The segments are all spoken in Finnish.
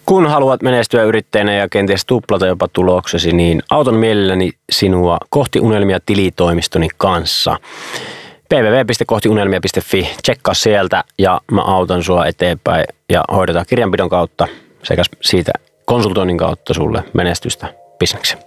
Kun haluat menestyä yrittäjänä ja kenties tuplata jopa tuloksesi, niin autan mielelläni sinua kohti unelmia tilitoimistoni kanssa. www.kohtiunelmia.fi. Tsekkaa sieltä ja mä autan sua eteenpäin ja hoidetaan kirjanpidon kautta sekä siitä konsultoinnin kautta sulle menestystä bisnekseen.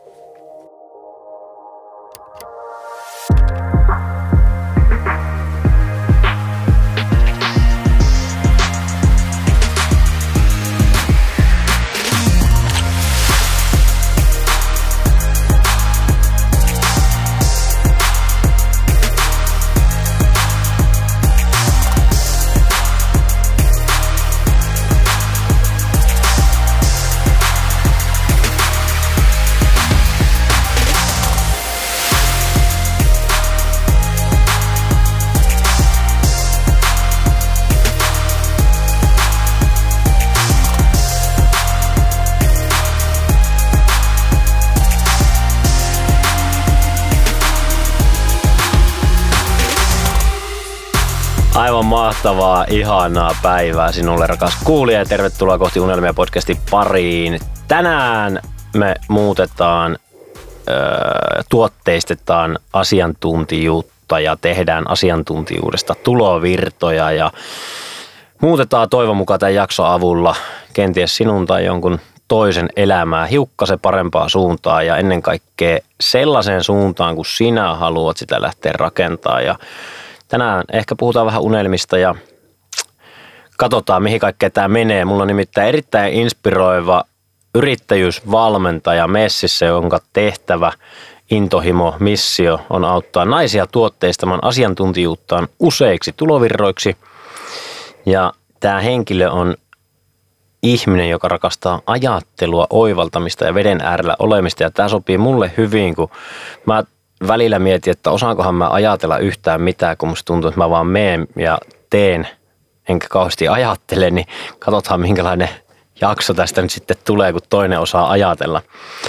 Aivan mahtavaa, ihanaa päivää sinulle, rakas kuulija, ja tervetuloa kohti Unelmia podcastin pariin. Tänään me muutetaan, tuotteistetaan asiantuntijuutta ja tehdään asiantuntijuudesta tulovirtoja ja muutetaan toivon mukaan tämän jakson avulla kenties sinun tai jonkun toisen elämää hiukkasen parempaa suuntaan ja ennen kaikkea sellaiseen suuntaan, kun sinä haluat sitä lähteä rakentamaan. Ja tänään ehkä puhutaan vähän unelmista ja katsotaan, mihin kaikkea tämä menee. Mulla on nimittäin erittäin inspiroiva yrittäjyysvalmentaja messissä, jonka tehtävä, intohimo, missio on auttaa naisia tuotteistamaan asiantuntijuuttaan useiksi tulovirroiksi. Ja tämä henkilö on ihminen, joka rakastaa ajattelua, oivaltamista ja veden äärellä olemista. Ja tämä sopii mulle hyvin, kun mä välillä mietin, että osaankohan mä ajatella yhtään mitään, kun musta tuntuu, että mä vaan meen ja teen, enkä kauheasti ajattele, niin katsotaan minkälainen jakso tästä nyt sitten tulee, kun toinen osaa ajatella.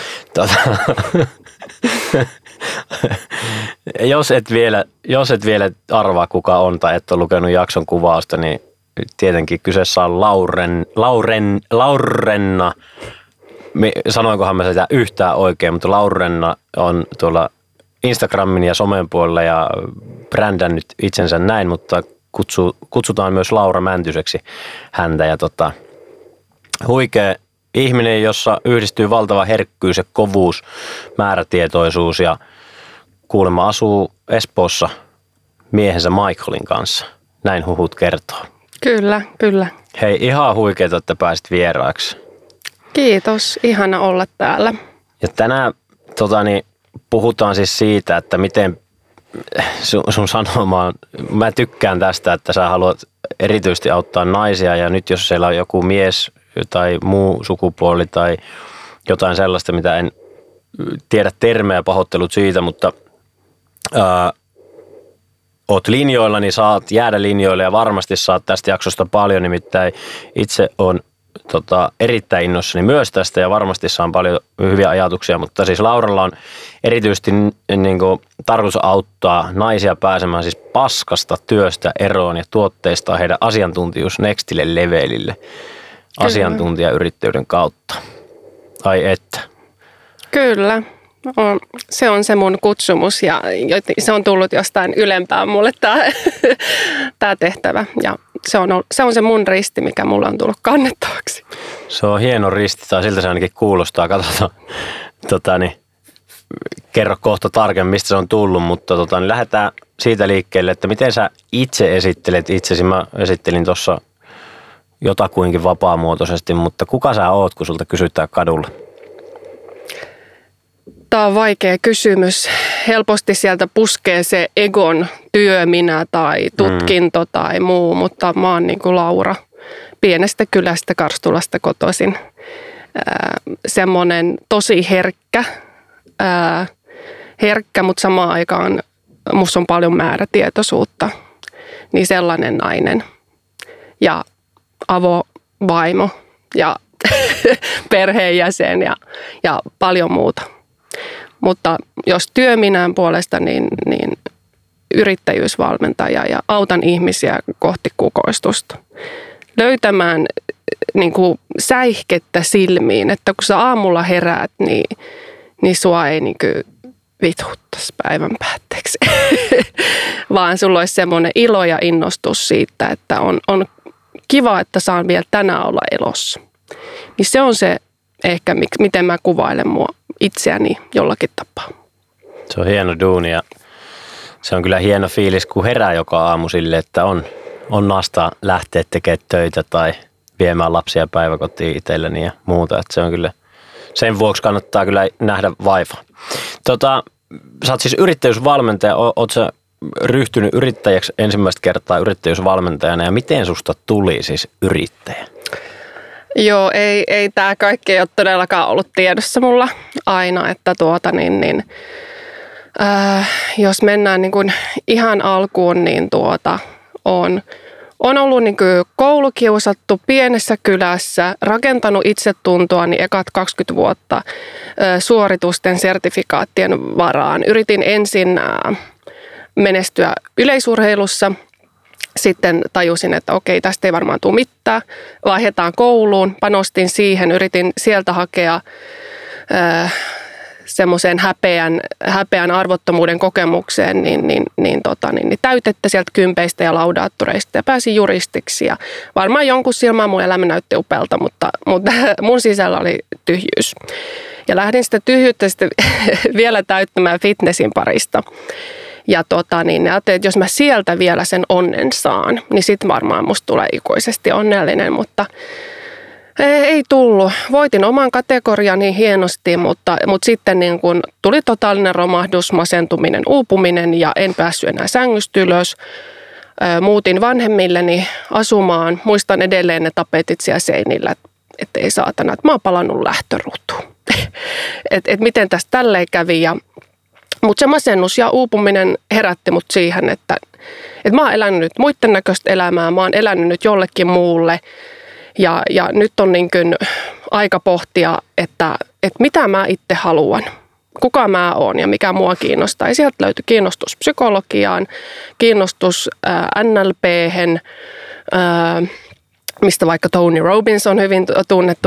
Jos et vielä arvaa, kuka on tai et ole lukenut jakson kuvausta, niin tietenkin kyseessä on Laurenna. Sanoinkohan mä sitä yhtään oikein, mutta Laurenna on tuolla Instagramin ja somen puolella ja brändännyt itsensä näin, mutta kutsutaan myös Laura Mäntyseksi häntä. Ja huikea ihminen, jossa yhdistyy valtava herkkyys ja kovuus, määrätietoisuus ja kuulemma asuu Espoossa miehensä Michaelin kanssa. Näin huhut kertoo. Kyllä, kyllä. Hei, ihan huikeeta, että pääsit vieraaksi. Kiitos, ihana olla täällä. Ja tänään puhutaan siis siitä, että miten sun sanomaan, mä tykkään tästä, että sä haluat erityisesti auttaa naisia ja nyt jos siellä on joku mies tai muu sukupuoli tai jotain sellaista, mitä en tiedä termejä, pahoittelut siitä, mutta oot linjoilla, niin saat jäädä linjoille ja varmasti saat tästä jaksosta paljon, nimittäin itse on erittäin innoissani myös tästä ja varmasti saan paljon hyviä ajatuksia, mutta siis Lauralla on erityisesti niin kuin tarkoitus auttaa naisia pääsemään siis paskasta työstä eroon ja tuotteistaa heidän asiantuntijuus nextille levelille asiantuntijayrittäjyyden kautta. Ai että. Kyllä. Se on se mun kutsumus ja se on tullut jostain ylempää mulle tämä tehtävä ja se on se mun risti, mikä mulla on tullut kannettavaksi. Se on hieno risti, tai siltä se ainakin kuulostaa. Katsotaan, kerro kohta tarkemmin, mistä se on tullut, mutta niin lähdetään siitä liikkeelle, että miten sä itse esittelet itsesi. Mä esittelin tuossa jotakuinkin vapaamuotoisesti, mutta kuka sä oot, kun sulta kysytään kadulla? Tämä on vaikea kysymys. Helposti sieltä puskee se egon työminä tai tutkinto tai muu, mutta mä oon niin kuin Laura pienestä kylästä Karstulasta kotoisin. Semmoinen tosi herkkä, mutta samaan aikaan musta on paljon määrätietoisuutta. Niin sellainen nainen ja avovaimo ja perheenjäsen ja paljon muuta. Mutta jos työminään puolesta, niin yrittäjyysvalmentaja ja autan ihmisiä kohti kukoistusta. Löytämään niin kuin säihkettä silmiin, että kun sä aamulla heräät, niin sua ei niin kuin vituttaisi päivän päätteeksi, vaan sulla olisi semmoinen ilo ja innostus siitä, että on kiva, että saan vielä tänään olla elossa. Niin se on se ehkä, miten mä kuvailen itseäni jollakin tapaa. Se on hieno duuni ja se on kyllä hieno fiilis, kun herää joka aamu sille, että on nasta lähteä tekemään töitä tai viemään lapsia päiväkotiin itselleni ja muuta. Että se on kyllä, sen vuoksi kannattaa kyllä nähdä vaivaa. Sä oot siis yrittäjyysvalmentaja. Oot sä ryhtynyt yrittäjäksi ensimmäistä kertaa yrittäjyysvalmentajana ja miten susta tuli siis yrittäjä? Joo, ei tämä kaikki ole todellakaan ollut tiedossa mulla aina, että jos mennään niin kuin ihan alkuun, niin on ollut niin kuin koulukiusattu pienessä kylässä, rakentanut itsetuntoa niin ekat 20 vuotta suoritusten sertifikaattien varaan. Yritin ensin menestyä yleisurheilussa. Sitten tajusin, että okei, tästä ei varmaan tule mitään. Vaihdetaan kouluun, panostin siihen, yritin sieltä hakea semmoiseen häpeän arvottomuuden kokemukseen niin täytettä sieltä kympeistä ja laudaattoreista ja pääsin juristiksi. Ja varmaan jonkun silmään mun elämä näytti upealta, mutta mun sisällä oli tyhjyys. Ja lähdin sitä tyhjyyttä sitten vielä täyttämään fitnessin parista. Ja ajattelin, että jos mä sieltä vielä sen onnen saan, niin sitten varmaan musta tulee ikuisesti onnellinen, mutta ei tullut. Voitin oman kategoriani hienosti, mutta sitten niin kun tuli totaalinen romahdus, masentuminen, uupuminen ja en päässyt enää sängystä ylös. Muutin vanhemmilleni asumaan. Muistan edelleen ne tapetit siellä seinillä, että ei saatana, että mä oon palannut lähtöruutuun. että miten tästä tälleen kävi. Mutta se masennus ja uupuminen herätti mut siihen, että mä oon elänyt nyt muiden näköistä elämää, mä oon elänyt nyt jollekin muulle. Ja nyt on niin kuin aika pohtia, että mitä mä itse haluan, kuka mä oon ja mikä mua kiinnostaa. Ja sieltä löytyi kiinnostus psykologiaan, kiinnostus NLP:hen, mistä vaikka Tony Robbins on hyvin tunnettu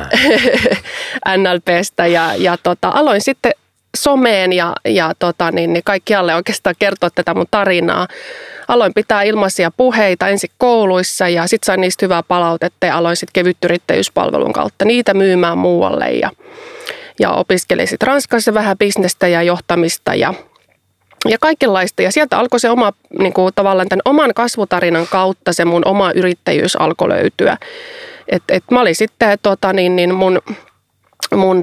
NLP:stä. Ja aloin sitten someen ja kaikkialle oikeastaan kertoa tätä mun tarinaa. Aloin pitää ilmaisia puheita ensin kouluissa ja sitten sain niistä hyvää palautetta ja aloin sitten kevytyrittäjyyspalvelun kautta niitä myymään muualle ja opiskelin sitten Ranskassa vähän bisnestä ja johtamista ja kaikenlaista. Ja sieltä alkoi se oma, niin kuin tavallaan tämän oman kasvutarinan kautta se mun oma yrittäjyys alkoi löytyä. Et mä olin sitten mun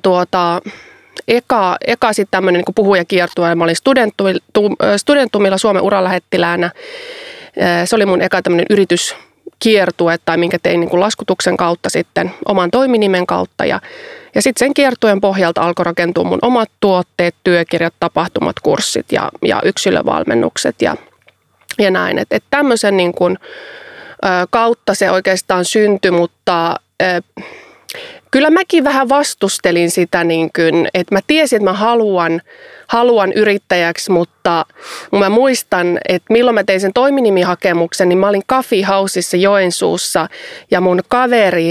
eka sitten tämmöinen niin puhujakiertue. Mä olin Studentumilla Suomen uralähettiläänä. Se oli mun eka tämmöinen yrityskiertue, tai minkä tein niin kuin laskutuksen kautta sitten oman toiminimen kautta. Ja sitten sen kiertueen pohjalta alkoi rakentua mun omat tuotteet, työkirjat, tapahtumat, kurssit ja yksilövalmennukset ja näin. Et tämmöisen niin kuin, kautta se oikeastaan syntyi, mutta kyllä mäkin vähän vastustelin sitä, niin kuin, että mä tiesin, että mä haluan yrittäjäksi, mutta mä muistan, että milloin mä tein sen toiminimihakemuksen, niin mä olin Coffee Houseissa Joensuussa ja mun kaveri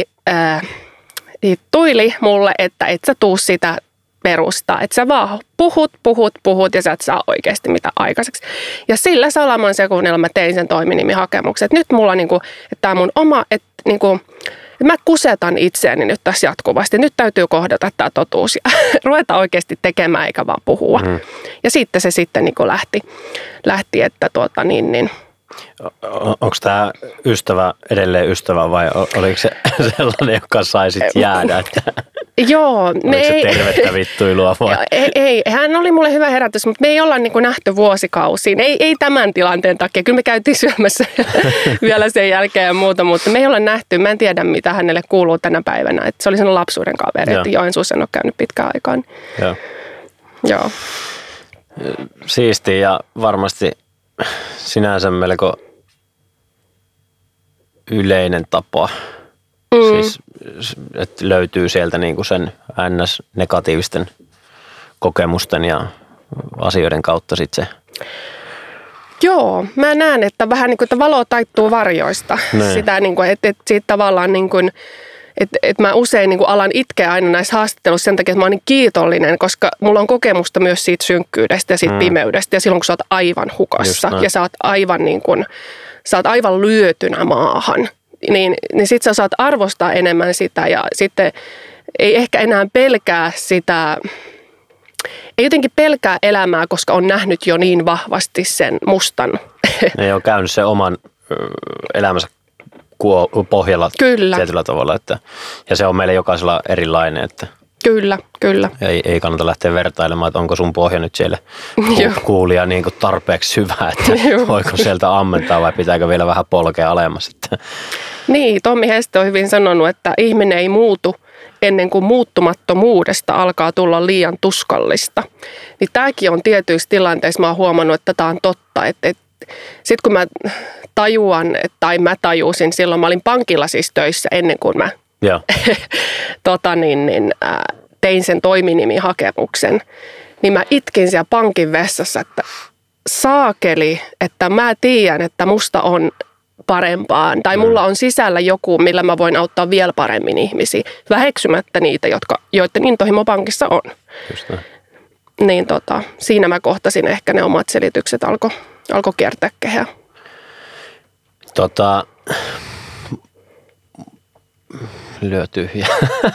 tuili mulle, että et sä tuu sitä perustaa, että sä vaan puhut ja sä et saa oikeasti mitään aikaiseksi. Ja sillä salaman sekunnilla mä tein sen toiminimihakemuksen. Nyt mulla niinku, että tää mun oma, että niinku, mä kusetan itseäni nyt tässä jatkuvasti. Nyt täytyy kohdata tämä totuus ja ruveta oikeasti tekemään eikä vaan puhua. Ja sitten se sitten niin kuin lähti, että Onko tämä ystävä edelleen ystävä vai oliko se sellainen, joka sai sitten jäädä? Että joo. Oliko se tervettä vittuilua vai? Ei, hän oli mulle hyvä herätys, mutta me ei olla niin kuin nähty vuosikausiin. Ei tämän tilanteen takia. Kyllä me käytiin syömässä vielä sen jälkeen ja muuta, mutta me ei olla nähty. Mä en tiedä, mitä hänelle kuuluu tänä päivänä. Että se oli sellainen lapsuuden kaveri, että Joensuussa en ole käynyt pitkään aikaan. Joo. Siistiä ja varmasti sinänsä melko yleinen tapa. Siis, että löytyy sieltä niinku sen NS-negatiivisten kokemusten ja asioiden kautta sitten se Joo, mä näen, että vähän niin kuin, että valo taittuu varjoista. Sitä, niin kuin, että siitä tavallaan niin kuin, että mä usein niin kuin alan itkeä aina näissä haastatteluissa sen takia, että mä oon niin kiitollinen, koska mulla on kokemusta myös siitä synkkyydestä ja siitä pimeydestä ja silloin, kun sä oot aivan hukassa ja sä oot aivan, niin kuin, sä oot aivan lyötynä maahan, niin sit sä saat arvostaa enemmän sitä ja sitten ei ehkä enää pelkää sitä, ei jotenkin pelkää elämää, koska on nähnyt jo niin vahvasti sen mustan. Ei ole käynyt sen oman elämänsä pohjalla tietyllä tavalla. Ja se on meille jokaisella erilainen. Että Kyllä. Ei kannata lähteä vertailemaan, että onko sun pohja nyt siellä kuulija niin kuin tarpeeksi syvä, että voiko sieltä ammentaa vai pitääkö vielä vähän polkea alemmas. Niin, Tommi Heste on hyvin sanonut, että ihminen ei muutu ennen kuin muuttumattomuudesta alkaa tulla liian tuskallista. Niin tämäkin on tietyissä tilanteissa, mä oon huomannut, että tämä on totta. Sitten kun mä tajuan, tai mä tajusin, silloin mä olin pankilla siis töissä ennen kuin mä tein sen toiminimihakemuksen, niin mä itkin siellä pankin vessassa, että saakeli, että mä tiedän, että musta on parempaan. Tai mulla on sisällä joku, millä mä voin auttaa vielä paremmin ihmisiä, väheksymättä niitä, joiden intohimo pankissa on. Just näin. Niin siinä mä kohtasin ehkä ne omat selitykset alkoi kiertää kehää. Lyö tyhjää.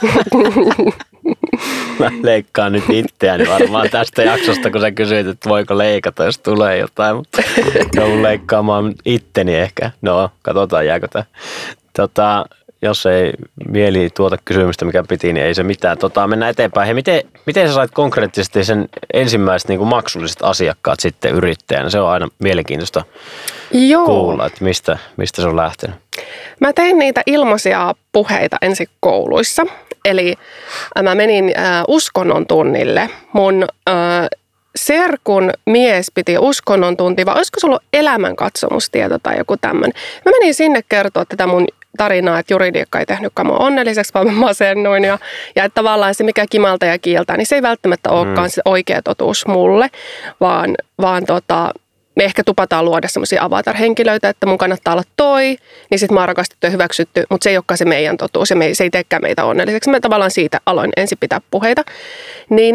Mä leikkaan nyt itseäni varmaan tästä jaksosta, kun sä kysyit, että voiko leikata, jos tulee jotain, mutta joudun leikkaamaan itteni ehkä. No, katsotaan jääkö tämä. Jos ei mieli tuota kysymystä, mikä piti, niin ei se mitään. Mennään eteenpäin. Hei, miten sä sait konkreettisesti sen ensimmäiset niin kuin maksulliset asiakkaat sitten yrittäjänä? Se on aina mielenkiintoista kuulla, että mistä se on lähtenyt. Mä tein niitä ilmaisia puheita ensin kouluissa. Eli mä menin uskonnon tunnille. Mun serkun mies piti uskonnon tuntia, vai olisiko se ollut elämänkatsomustieto tai joku tämmöinen. Mä menin sinne kertoa tätä mun tarinaa, että juridiikka ei tehnytkaan mua onnelliseksi, vaan mä masennuin. Ja että tavallaan se, mikä kimalta ja kiiltää, niin se ei välttämättä olekaan se oikea totuus mulle, vaan me ehkä tupataan luoda semmoisia avatar-henkilöitä, että mun kannattaa olla toi, niin sitten mä oon rakastettu ja hyväksytty, mutta se ei olekaan se meidän totuus ja se ei teekään meitä onnelliseksi. Mä tavallaan siitä aloin ensin pitää puheita. Niin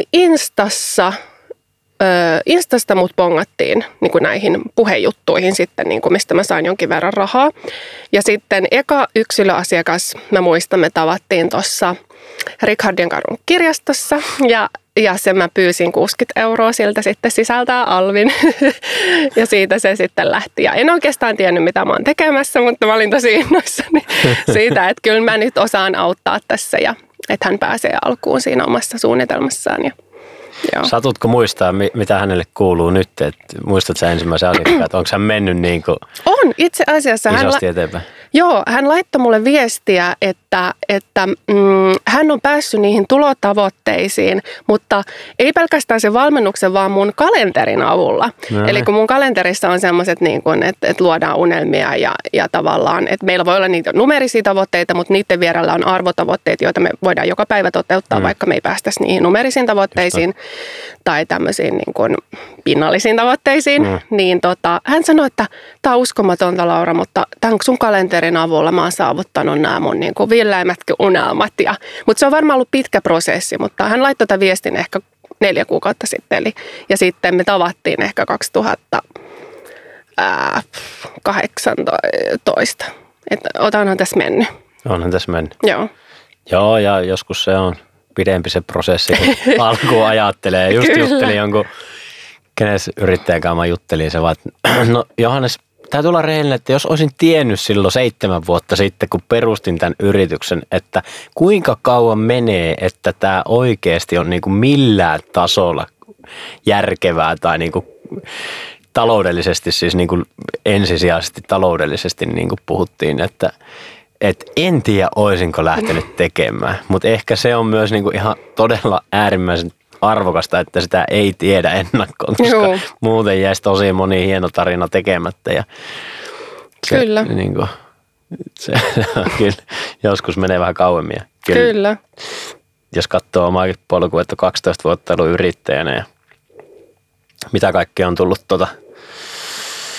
Instasta mut pongattiin niin kuin näihin puhejuttuihin sitten, niin kuin mistä mä sain jonkin verran rahaa. Ja sitten eka yksilöasiakas, mä muistan, me tavattiin tuossa Richardinkadun kirjastossa ja sen mä pyysin 60 € siltä sitten sisältää alvin ja siitä se sitten lähti. Ja en oikeastaan tiennyt, mitä mä oon tekemässä, mutta mä olin tosi innoissani siitä, että kyllä mä nyt osaan auttaa tässä ja että hän pääsee alkuun siinä omassa suunnitelmassaan. Satutko muistaa, mitä hänelle kuuluu nyt? Muistatko sä ensimmäisen asiakkaan, että onko hän mennyt niin kuin on, itse asiassa. Isosti eteenpäin? Joo, hän laittoi mulle viestiä, että hän on päässyt niihin tulotavoitteisiin, mutta ei pelkästään sen valmennuksen, vaan mun kalenterin avulla. Eli kun mun kalenterissa on sellaiset, niin kuin, että luodaan unelmia ja tavallaan, että meillä voi olla niitä numerisia tavoitteita, mutta niiden vierellä on arvotavoitteet, joita me voidaan joka päivä toteuttaa, vaikka me ei päästäisi niihin numerisiin tavoitteisiin tai tämmöisiin niin kuin pinnallisiin tavoitteisiin. Niin hän sanoi, että tämä on uskomatonta, Laura, mutta tämän sun kalenterin avulla mä oon saavuttanut nämä mun niin kuin villeimätkin unelmat. Mutta se on varmaan ollut pitkä prosessi, mutta hän laittoi tämän viestin ehkä 4 kuukautta sitten. Ja sitten me tavattiin ehkä 2018. Että otanhan tässä mennyt. Onhan tässä mennyt. Joo. Joo, ja joskus se on pidempi se prosessi, kun alkuun ajattelee. Just juttelin jonkun, kenen yrittäjäkaan mä juttelin se, vaan no Johannes, täytyy olla rehellinen, että jos olisin tiennyt silloin 7 vuotta sitten, kun perustin tämän yrityksen, että kuinka kauan menee, että tämä oikeasti on niin kuin millään tasolla järkevää tai niin kuin taloudellisesti, siis niin kuin ensisijaisesti taloudellisesti niin kuin puhuttiin, että en tiedä, olisinko lähtenyt tekemään, mutta ehkä se on myös niin kuin ihan todella äärimmäisen arvokasta, että sitä ei tiedä ennakkoon, koska muuten jäisi tosi moni hieno tarina tekemättä. Ja se, kyllä. Niin kuin, se kyllä, joskus menee vähän kauemmin. Kyllä. Jos katsoo omaakin polkua, että 12 vuotta ollut yrittäjänä ja mitä kaikkea on tullut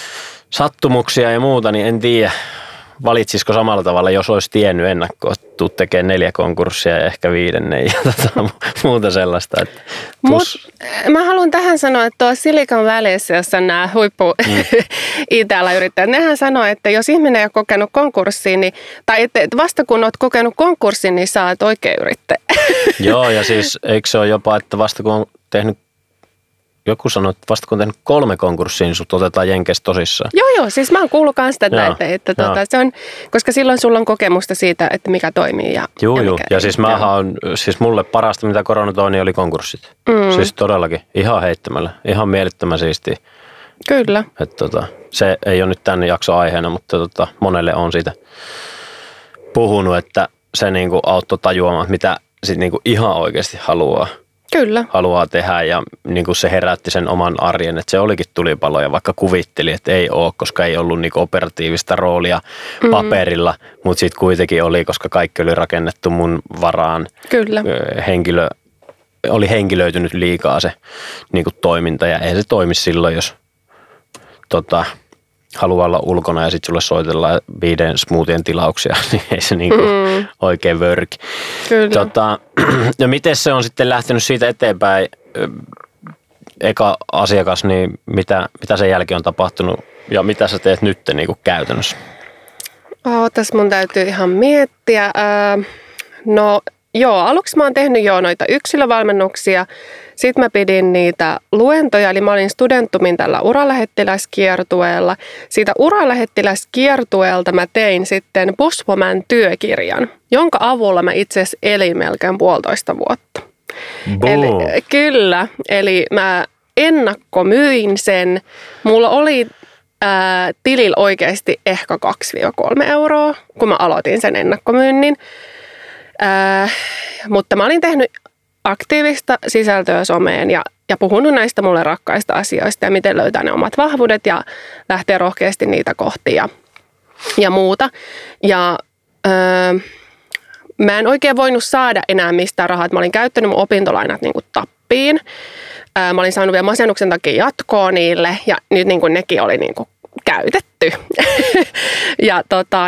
sattumuksia ja muuta, niin en tiedä, valitsisiko samalla tavalla, jos olisi tiennyt ennakkoon, että tuut tekemään 4 konkurssia ja ehkä 5. ja muuta sellaista. Mä haluan tähän sanoa, että tuossa Silicon Valleyssä, jossa on nämä huippu IT-yrittäjät, nehän sanoo, että jos ihminen ei ole kokenut konkurssia, niin, tai että vasta kun olet kokenut konkurssin, niin sä oot oikein yrittäjä. Joo, ja siis eikö se ole jopa, että vasta kun on tehnyt, joku sanoi, että vasta kun on tehnyt 3 konkurssia, niin sut otetaan Jenkeissä tosissaan. Joo, siis mä oon kuullut kans tätä, että se on, koska silloin sulla on kokemusta siitä, että mikä toimii ja Joo, ja siis siis mulle parasta, mitä korona toi, niin oli konkurssit. Siis todellakin, ihan heittämällä, ihan mielettömän siistiä. Kyllä. Että se ei ole nyt tämän jakson aiheena, mutta monelle on siitä puhunut, että se niinku auttoi tajuamaan, mitä sit niinku ihan oikeasti haluaa tehdä ja niinku se herätti sen oman arjen, että se olikin tulipalo ja vaikka kuvitteli, että ei ole, koska ei ollut niinku operatiivista roolia paperilla, mutta sitten kuitenkin oli, koska kaikki oli rakennettu mun varaan. Kyllä. Oli henkilöitynyt liikaa se niinku toiminta ja ei se toimi silloin, jos haluaa olla ulkona ja sitten sulle soitellaan 5 smoothien tilauksia, niin ei se niinku oikein vörki. Kyllä. No miten se on sitten lähtenyt siitä eteenpäin? Eka asiakas, niin mitä sen jälkeen on tapahtunut ja mitä sä teet nyt niinku käytännössä? Tässä mun täytyy ihan miettiä. No joo, aluksi mä oon tehnyt noita yksilövalmennuksia. Sitten mä pidin niitä luentoja, eli mä olin Studentumin tällä uralähettiläskiertueella. Siitä uralähettiläskiertueelta mä tein sitten Bosswoman työkirjan, jonka avulla mä itse asiassa elin melkein 1,5 vuotta. Eli mä ennakkomyin sen. Mulla oli tilillä oikeasti ehkä 2-3 euroa, kun mä aloitin sen ennakkomyynnin. Mutta mä olin tehnyt aktiivista sisältöä someen ja puhunut näistä mulle rakkaista asioista ja miten löytää ne omat vahvuudet ja lähteä rohkeasti niitä kohti ja muuta. Ja mä en oikein voinut saada enää mistään rahaa. Mä olin käyttänyt mun opintolainat niin kuin tappiin. Mä olin saanut vielä masennuksen takia jatkoa niille ja nyt niin kuin nekin oli niin kuin käytetty. Ja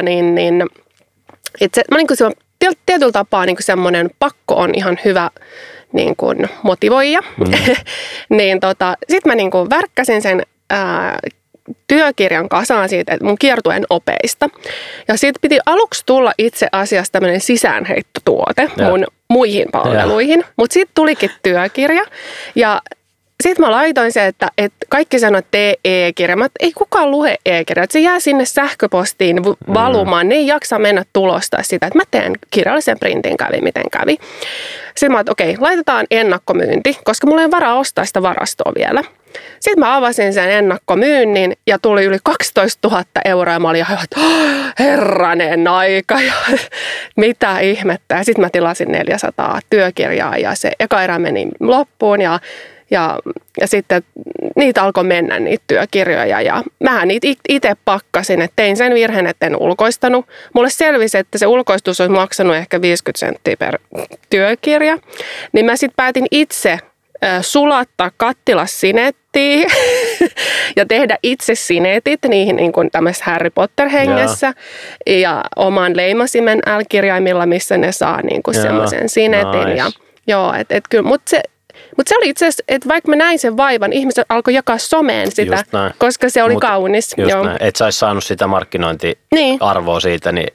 mä niin kuin tietyllä tapaa niin kuin semmoinen pakko on ihan hyvä niin kuin motivoija. Niin sitten mä niin kuin värkkäsin sen työkirjan kasaan siitä, että mun kiertueen opeista. Ja siitä piti aluksi tulla itse asiassa tämmöinen sisäänheittotuote mun muihin palveluihin. Mutta sitten tulikin työkirja ja sitten mä laitoin se, että kaikki sanoo, että tee e-kirja. Ei kukaan lue e-kirjaa. Se jää sinne sähköpostiin valumaan. Ne ei jaksa mennä tulostaa sitä, että mä teen kirjallisen printin, kävi miten kävi. Sitten mä okei, laitetaan ennakkomyynti, koska mulla ei ole varaa ostaa sitä varastoa vielä. Sitten mä avasin sen ennakkomyynnin ja tuli yli 12 000 euroa ja mä olin ihan, että herranen aika ja mitä ihmettä. Ja sitten mä tilasin 400 työkirjaa ja se eka erä meni loppuun ja sitten niitä alkoi mennä niitä työkirjoja ja mähän niitä itse pakkasin, että tein sen virheen, että en ulkoistanut. Mulle selvisi, että se ulkoistus olisi maksanut ehkä 50 senttiä per työkirja, niin mä sitten päätin itse sulattaa kattilasinettiin ja tehdä itse sinetit niihin niin kuin tämmöisessä Harry Potter-hengessä ja oman leimasimen L-kirjaimilla, missä ne saa niin kuin semmoisen sinetin. Nice. Mutta se oli itse asiassa, että vaikka mä näin sen vaivan, ihmiset alkoi jakaa someen sitä, koska se oli kaunis. Et sä olisi saanut sitä markkinointiarvoa siitä, niin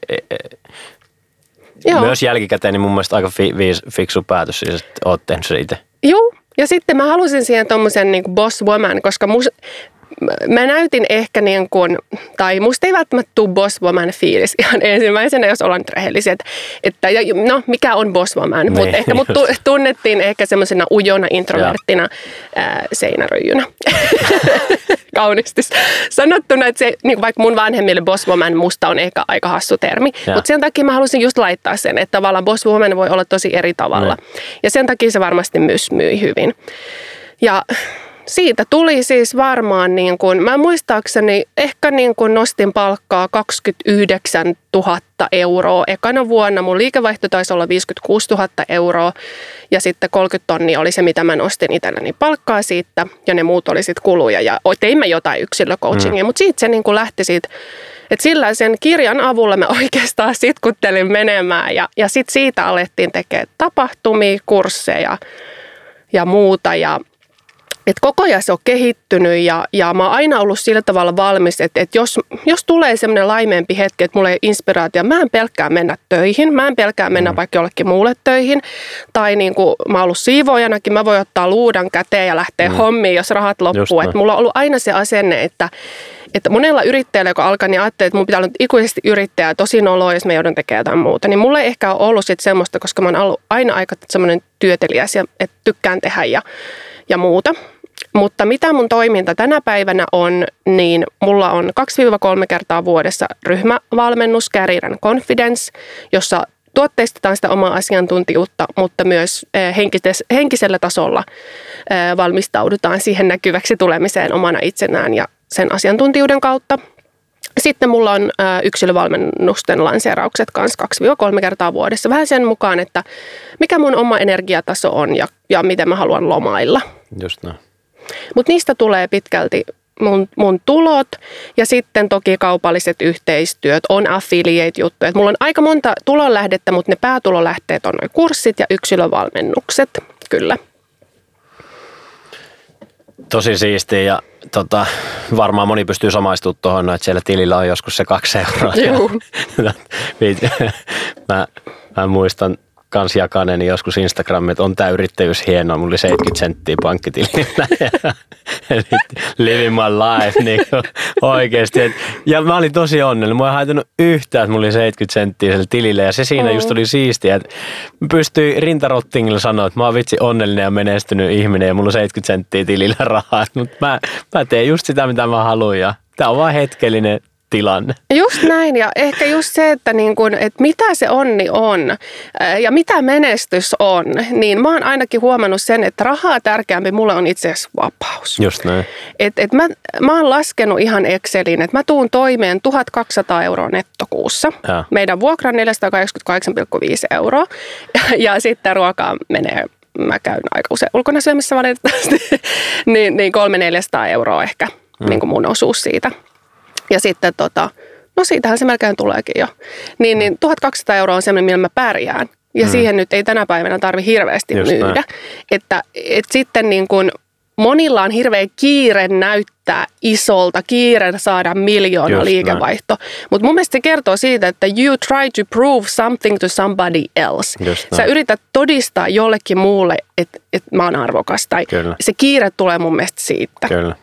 myös jälkikäteen niin mun mielestä aika fiksu päätös, siis, että oot tehnyt se itse. Joo, ja sitten mä halusin siihen tommosen niin kuin boss woman, koska mä näytin ehkä niin kuin, tai musta ei välttämättä tule boss woman fiilis ihan ensimmäisenä, jos ollaan nyt rehellisiä, että no mikä on boss woman, mutta ehkä mut tunnettiin ehkä semmoisena ujona introverttina seinäröijynä. Kaunisti sanottuna, että se, niin vaikka mun vanhemmille boss woman musta on ehkä aika hassu termi, mutta sen takia mä halusin just laittaa sen, että tavallaan boss woman voi olla tosi eri tavalla ja sen takia se varmasti myös myi hyvin. Ja siitä tuli siis varmaan, niin kuin, mä muistaakseni ehkä niin kuin nostin palkkaa 29 000 euroa. Ekana vuonna mun liikevaihto taisi olla 56 000 euroa ja sitten 30 tonnia oli se, mitä mä nostin itselleni palkkaa siitä ja ne muut oli sitten kuluja ja teimme jotain yksilöcoachingia, mutta siitä se niin kuin lähti siitä, että sillä sen kirjan avulla mä oikeastaan sitkuttelin menemään ja sitten siitä alettiin tekemään tapahtumia, kursseja ja muuta ja että koko ajan se on kehittynyt ja mä oon aina ollut sillä tavalla valmis, että jos tulee semmoinen laimeempi hetki, että mulla ei inspiraatio, mä en pelkkää mennä töihin, mä en pelkkää mennä vaikka jollekin muulle töihin. Tai niin kuin mä oon ollut siivoojanakin, mä voin ottaa luudan käteen ja lähteä hommiin, jos rahat loppuu. Että mulla on ollut aina se asenne, että monella yrittäjällä, joka alkaa, niin ajattelee, että mun pitää olla ikuisesti yrittäjää, tosi noloa, jos mä joudun tekemään jotain muuta. Niin mulla ei ehkä ole ollut sit semmoista, koska mä oon ollut aina aika semmoinen työtelijäs ja että tykkään tehdä ja muuta. Mutta mitä mun toiminta tänä päivänä on, niin mulla on 2-3 kertaa vuodessa ryhmävalmennus Career and Confidence, jossa tuotteistetaan sitä omaa asiantuntijuutta, mutta myös henkisellä tasolla valmistaudutaan siihen näkyväksi tulemiseen omana itsenään ja sen asiantuntijuuden kautta. Sitten mulla on yksilövalmennusten lanseeraukset kanssa 2-3 kertaa vuodessa. Vähän sen mukaan, että mikä mun oma energiataso on ja miten mä haluan lomailla. Just näin. Mutta niistä tulee pitkälti mun tulot ja sitten toki kaupalliset yhteistyöt, on affiliate-juttuja. Mulla on aika monta tulonlähdettä, mutta ne päätulolähteet on noi kurssit ja yksilövalmennukset, kyllä. Tosi siistiä ja varmaan moni pystyy samaistumaan tuohon, että siellä tilillä on joskus se 2 euroa. Joo. Mä muistan kans jakaneeni joskus Instagramiin, että on tää yrittäjyys hienoa. Mulla oli 70 senttiä pankkitilillä ja living my life niin oikeesti. Ja mä olin tosi onnellinen. Mua ei haitannut yhtään, että mulla oli 70 senttiä sillä tilillä ja se siinä just oli siistiä. Että mä pystyin rintarottingilla sanoa, että mä oon vitsi onnellinen ja menestynyt ihminen ja mulla on 70 senttiä tilillä rahaa. Mutta mä teen just sitä, mitä mä haluan ja tää on vaan hetkellinen tilanne. Just näin ja ehkä just se, että, niin kun, että mitä se onni on ja mitä menestys on, niin mä oon ainakin huomannut sen, että rahaa tärkeämpi mulle on itse asiassa vapaus. Just näin. Mä oon laskenut ihan Exceliin, että mä tuun toimeen 1 200 euroa nettokuussa. Ja. Meidän vuokra on 488,5 euroa ja sitten ruokaa menee, mä käyn aika usein ulkona syömässä valitettavasti, niin 300-400 euroa ehkä niin kuin mun osuus siitä. Ja sitten no siitähän se melkein tuleekin jo. Niin 1200 euroa on semmoinen, millä mä pärjään. Ja siihen nyt ei tänä päivänä tarvitse hirveästi myydä. Että sitten niin kuin monilla on hirveä kiire näyttää isolta, kiire saada miljoona liikevaihto. Mutta mun mielestä se kertoo siitä, että you try to prove something to somebody else. Sä yrität todistaa jollekin muulle, että mä oon arvokas. Tai se kiire tulee mun mielestä siitä. Kyllä.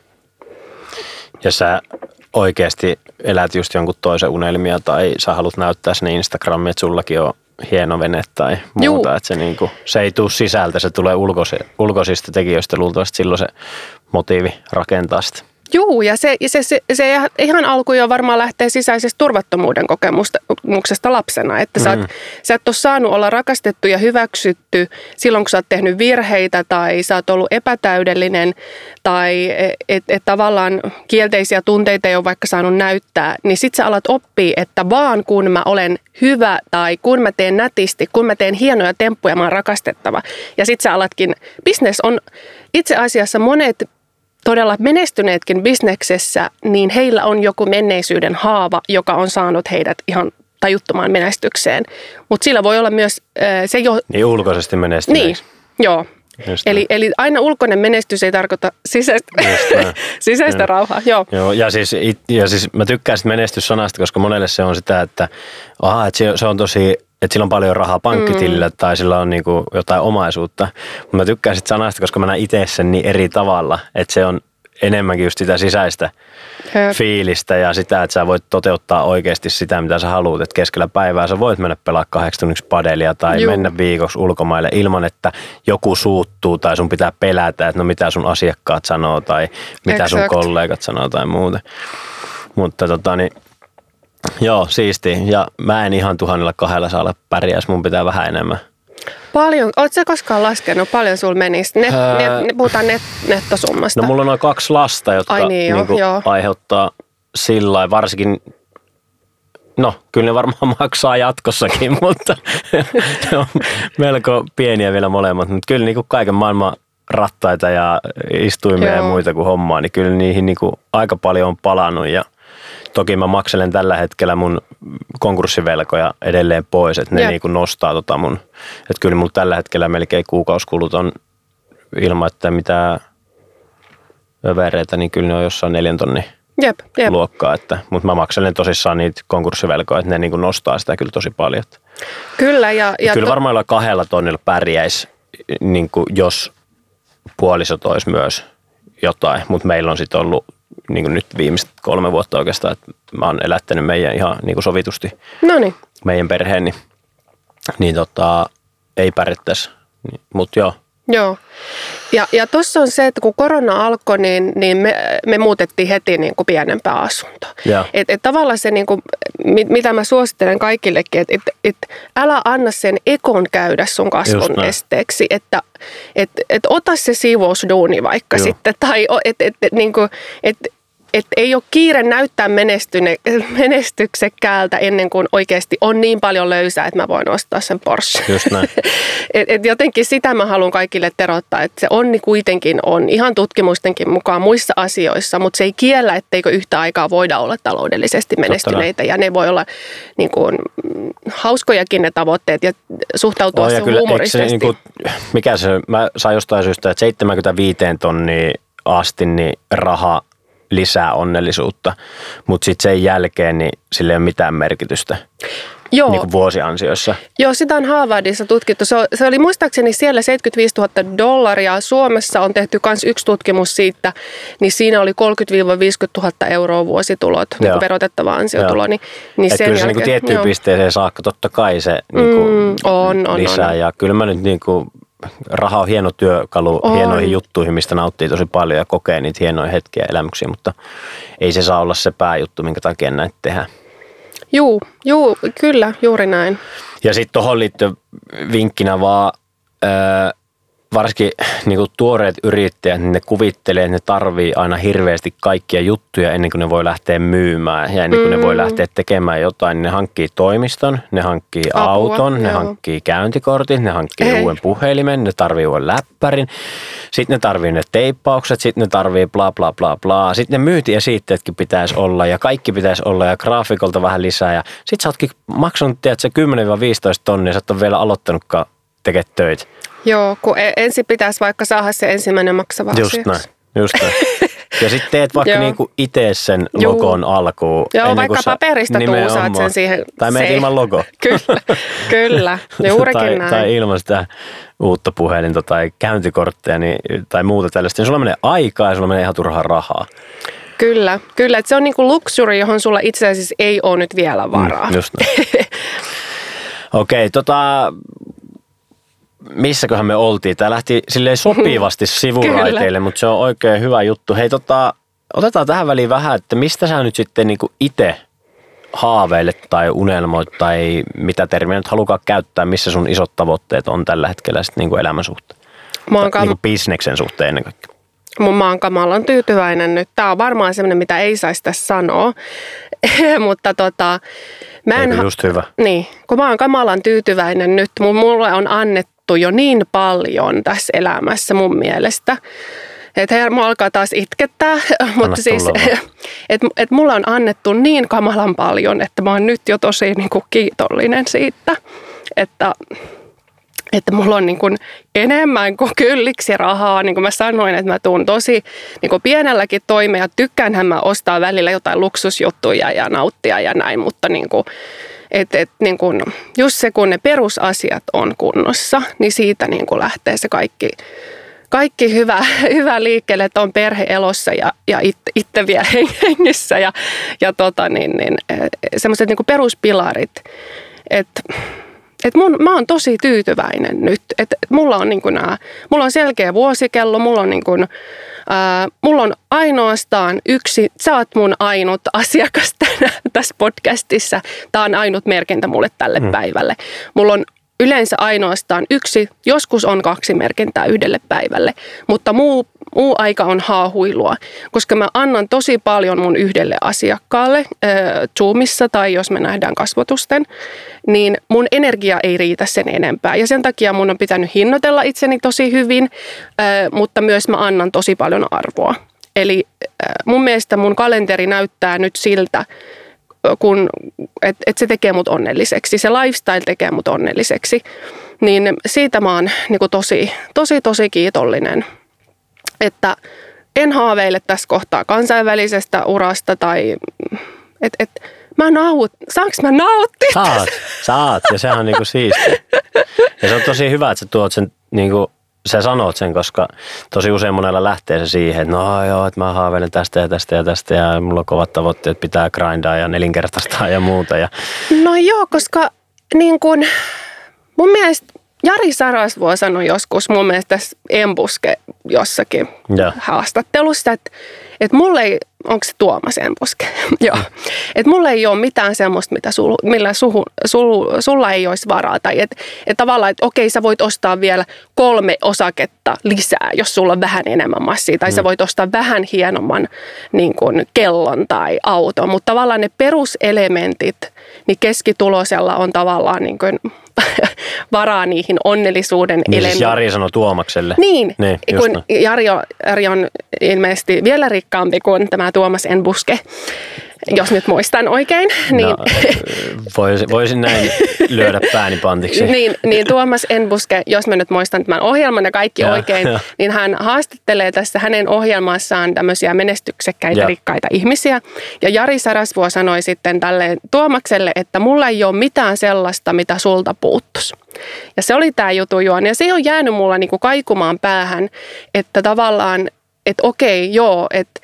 Ja sä oikeasti elät just jonkun toisen unelmia tai sä haluat näyttää sinne Instagramiin, että sullakin on hieno vene tai muuta. Että se ei tule sisältä, se tulee ulkoisista tekijöistä luultavasti silloin se motiivi rakentaa sitä. Joo, ja se ihan alkuun jo varmaan lähtee sisäisestä turvattomuuden kokemuksesta lapsena, että sä et ole saanut olla rakastettu ja hyväksytty silloin, kun sä oot tehnyt virheitä tai sä oot ollut epätäydellinen tai et tavallaan kielteisiä tunteita ei ole vaikka saanut näyttää, niin sit sä alat oppia, että vaan kun mä olen hyvä tai kun mä teen nätisti, kun mä teen hienoja temppuja, mä oon rakastettava. Ja sit sä alatkin, business on itse asiassa monet todella menestyneetkin bisneksessä, niin heillä on joku menneisyyden haava, joka on saanut heidät ihan tajuttomaan menestykseen. Mutta sillä voi olla myös se jo... Niin ulkoisesti menestyneeksi. Niin, joo. Eli aina ulkoinen menestys ei tarkoita sisäistä rauhaa. Joo, ja siis mä tykkään sitä menestyssanasta, koska monelle se on sitä, että se on tosi... Että sillä on paljon rahaa pankkitilillä tai sillä on niinku jotain omaisuutta. Mutta mä tykkään sit sanasta, koska mä näen itse sen niin eri tavalla, että se on enemmänkin just sitä sisäistä fiilistä ja sitä, että sä voit toteuttaa oikeasti sitä, mitä sä haluat. Että keskellä päivää sä voit mennä pelaa 8 tunniksi padelia tai mennä viikoksi ulkomaille ilman, että joku suuttuu tai sun pitää pelätä, että no mitä sun asiakkaat sanoo tai mitä sun kollegat sanoo tai muuta. Mutta joo, siisti. Ja mä en ihan 1200 pärjäisi, mun pitää vähän enemmän. Paljon. Oletko sä koskaan laskenut, paljon sulla menisi? Puhutaan nettosummasta. No mulla on noin 2 lasta, jotka aiheuttaa sillä lailla, varsinkin, no kyllä ne varmaan maksaa jatkossakin, mutta ne on melko pieniä vielä molemmat. Mutta kyllä niin kuin kaiken maailman rattaita ja istuimia ja muita kuin hommaa, niin kyllä niihin niin kuin aika paljon on palannut ja toki mä makselen tällä hetkellä mun konkurssivelkoja edelleen pois, että ne niin kuin nostaa mun, että kyllä mulla tällä hetkellä melkein kuukausikulut on ilman, että mitään övereitä, niin kyllä ne on jossain 4 tonnin luokkaa, mutta mä makselen tosissaan niitä konkurssivelkoja, että ne niin kuin nostaa sitä kyllä tosi paljon. Kyllä. Ja kyllä varmaan jolla 2 tonnilla pärjäisi, niin kuin jos puolisot olisi myös jotain, mutta meillä on sitten ollut niin kuin nyt viimeiset 3 vuotta oikeastaan, että mä oon elättänyt meidän ihan niin kuin sovitusti meidän perheen, niin ei pärjättäisi, mutta joo. Joo. Ja tuossa on se, että kun korona alkoi, niin me muutettiin heti niin kuin pienempään asuntoon. Et tavallaan se, niin kuin, mitä mä suosittelen kaikillekin, että älä anna sen ekon käydä sun kasvun esteeksi, että ota se siivousduuni vaikka sitten, tai että ei ole kiire näyttää menestyksekkäältä ennen kuin oikeasti on niin paljon löysää, että mä voin ostaa sen Porsche. Just näin. Et jotenkin sitä mä haluan kaikille terottaa, että se onni kuitenkin on ihan tutkimustenkin mukaan muissa asioissa, mutta se ei kiellä, etteikö yhtä aikaa voida olla taloudellisesti menestyneitä. Ja ne voi olla niin kuin, hauskojakin ne tavoitteet ja suhtautua se huumorisesti. Mä sain jostain syystä, että 75 tonnia asti niin raha lisää onnellisuutta, mutta sitten sen jälkeen niin sillä ei ole mitään merkitystä niin kuin vuosiansioissa. Joo, sitä on Harvardissa tutkittu. Se oli muistaakseni siellä $75,000. Suomessa on tehty myös yksi tutkimus siitä, niin siinä oli 30,000–50,000 euroa vuositulot, niin kuin verotettava ansiotulo. Niin kyllä se niin tiettyyn pisteeseen saakka totta kai se niin on lisää. Ja kyllä mä nyt niin kuin raha on hieno työkalu hienoihin juttuihin, mistä nauttii tosi paljon ja kokee niitä hienoja hetkiä ja elämyksiä, mutta ei se saa olla se pääjuttu, minkä takia näitä tehdään. Juu, kyllä, juuri näin. Ja sitten tuohon liittyen vinkkinä vaan, varsinkin niin kuin tuoreet yrittäjät, niin ne kuvittelee, että ne tarvii aina hirveästi kaikkia juttuja ennen kuin ne voi lähteä myymään. Ja ennen kuin ne voi lähteä tekemään jotain, niin ne hankkii toimiston, ne hankkii auton, ne hankkii käyntikortin, ne hankkii uuden puhelimen, ne tarvii uuden läppärin. Sitten ne tarvii ne teippaukset, sitten ne tarvii bla bla bla bla. Sitten ne myyntiesittäjätkin pitäisi olla ja kaikki pitäisi olla ja graafikolta vähän lisää. Ja sitten sä ootkin maksanut, tiedätkö, 10–15 tonnia, sä et ole vielä aloittanutkaan tekemään töitä. Joo, kun ensin pitäisi vaikka saada se ensimmäinen maksava asiakas. Just näin. Ja sitten teet vaikka niinku itse sen logon alkuun. Joo, vaikka paperista tuusaat sen siihen. Tai meet ilman logo. Kyllä, juurikin näin. Tai ilman sitä uutta puhelinta tai käyntikortteja tai muuta tällaista. Sulla menee aikaa ja sulla menee ihan turhaa rahaa. Kyllä. Että se on niinku luxury, johon sulla itse asiassa ei ole nyt vielä varaa. Just näin. Okei, missäköhän me oltiin? Tämä lähti silleen sopivasti sivuraiteille, mutta se on oikein hyvä juttu. Hei, otetaan tähän väliin vähän, että mistä sä nyt sitten niinku itse haaveilet tai unelmoit tai mitä termiä nyt halukaan käyttää, missä sun isot tavoitteet on tällä hetkellä sitten niinku elämän suhteen? Niinku bisneksen suhteen ennen kaikkea. Mä oon kamalan tyytyväinen nyt. Tää on varmaan semmoinen, mitä ei saisi tässä sanoa, mutta just hyvä. Niin, kun mä oon kamalan tyytyväinen nyt, mulle on annettu jo niin paljon tässä elämässä mun mielestä. Että mua alkaa taas itkettää, mutta siis, että mulla on annettu niin kamalan paljon, että mä oon nyt jo tosi niin kuin kiitollinen siitä, että mulla on niin kuin enemmän kuin kylliksi rahaa. Niin kuin mä sanoin, että mä tuun tosi niin kuin pienelläkin toimeen ja tykkäänhän mä ostaa välillä jotain luksusjuttuja ja nauttia ja näin, mutta niin kuin, niin kuin, just se, kun ne perusasiat on kunnossa, niin siitä niin kuin lähtee se kaikki hyvä liikkeelle, että on perhe elossa ja itse vielä hengissä ja semmoiset niin kuin peruspilarit, että mä oon tosi tyytyväinen nyt, että mulla on niin kuin mulla on selkeä vuosikello, mulla on ainoastaan yksi, sä oot mun ainut asiakas tässä podcastissa, tää on ainut merkintä mulle tälle päivälle. Mulla on yleensä ainoastaan 1, joskus on 2 merkintää yhdelle päivälle, mutta muu aika on haahuilua, koska mä annan tosi paljon mun yhdelle asiakkaalle Zoomissa tai jos me nähdään kasvotusten, niin mun energia ei riitä sen enempää. Ja sen takia mun on pitänyt hinnoitella itseni tosi hyvin, mutta myös mä annan tosi paljon arvoa. Eli mun mielestä mun kalenteri näyttää nyt siltä, että se tekee mut onnelliseksi, se lifestyle tekee mut onnelliseksi, niin siitä mä oon niin kuin tosi kiitollinen, että en haaveile tässä kohtaa kansainvälisestä urasta tai saanko mä nauttia? Saat ja sehän on niinku siistiä. Ja se on tosi hyvä, että sä tuot sen niinku, sä sanot sen, koska tosi usein monella lähtee se siihen, että no joo, että mä haaveilen tästä ja tästä ja tästä ja mulla on kovat tavoitteet, pitää grindaa ja nelinkertaistaa ja muuta. Ja... No joo, koska niin kun, mun mielestä Jari Sarasvuo sanoi joskus mun mielestä tässä Embuske jossakin haastattelussa, että mulle ei, onko se Tuomas Embuske? Joo. Että mulle ei ole mitään semmoista, millä sulla ei olisi varaa. Tai että tavallaan, että okei, sä voit ostaa vielä 3 osaketta lisää, jos sulla on vähän enemmän massia. Tai sä voit ostaa vähän hienomman niin kuin kellon tai auton. Mutta tavallaan ne peruselementit, niin keskitulosella on tavallaan niin kuin varaa niihin onnellisuuden elementteihin. Siis Jari sanoi Tuomakselle. Niin kun Jari on ilmeisesti vielä rikkaampi kuin tämä Tuomas Enbuske, jos nyt muistan oikein. Niin, no, voisin näin lyödä pääni pantiksi. niin Tuomas Enbuske, jos mä nyt muistan tämän ohjelman ja kaikki oikein, niin hän haastattelee tässä hänen ohjelmassaan tämmöisiä menestyksekkäitä, rikkaita ihmisiä. Ja Jari Sarasvuo sanoi sitten tälle Tuomakselle, että mulla ei ole mitään sellaista, mitä sulta puuttuisi. Ja se oli tämä jutujuoni. Ja se on jäänyt mulla niinku kaikumaan päähän, että tavallaan, että okei, joo, että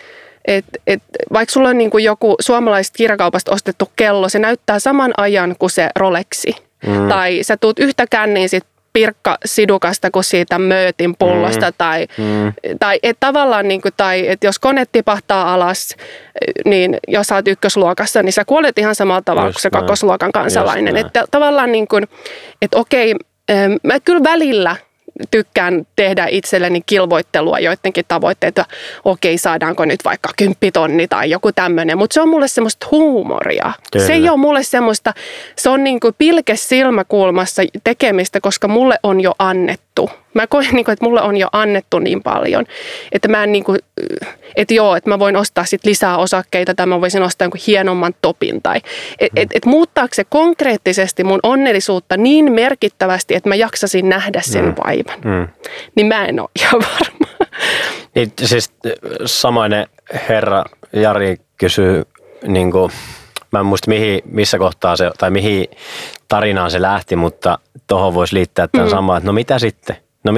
vaikka sulla on niin kuin joku suomalaisesta kirjakaupasta ostettu kello, se näyttää saman ajan kuin se Rolexi. Tai sä tuut yhtäkään niin sit pirkkasidukasta kuin siitä möötin pullosta. Tai että tavallaan, niin kuin, tai että jos kone tipahtaa alas, niin jos sä oot ykkösluokassa, niin sä kuolet ihan samalla tavalla kuin se kakkosluokan kansalainen. Että tavallaan, niin kuin, että okei, mä kyllä välillä tykkään tehdä itselleni kilvoittelua joidenkin tavoitteita. Okei, saadaanko nyt vaikka 10 000 tai joku tämmöinen, mutta se on mulle semmoista huumoria. Kyllä. Se ei ole mulle semmoista, se on niin kuin pilke silmäkulmassa tekemistä, koska mulle on jo annettu. Mä koen, että mulle on jo annettu niin paljon, että mä en että mä voin ostaa sit lisää osakkeita tai mä voisin ostaa jonkun hienomman topin. Tai että muuttaako se konkreettisesti mun onnellisuutta niin merkittävästi, että mä jaksasin nähdä sen vaivan. Niin mä en ole ihan varma. Niin, siis samainen herra Jari kysyy, niin kuin, mä en muista missä kohtaa se, tai mihin tarinaan se lähti, mutta tuohon voisi liittää tämän samaa, että no mitä sitten?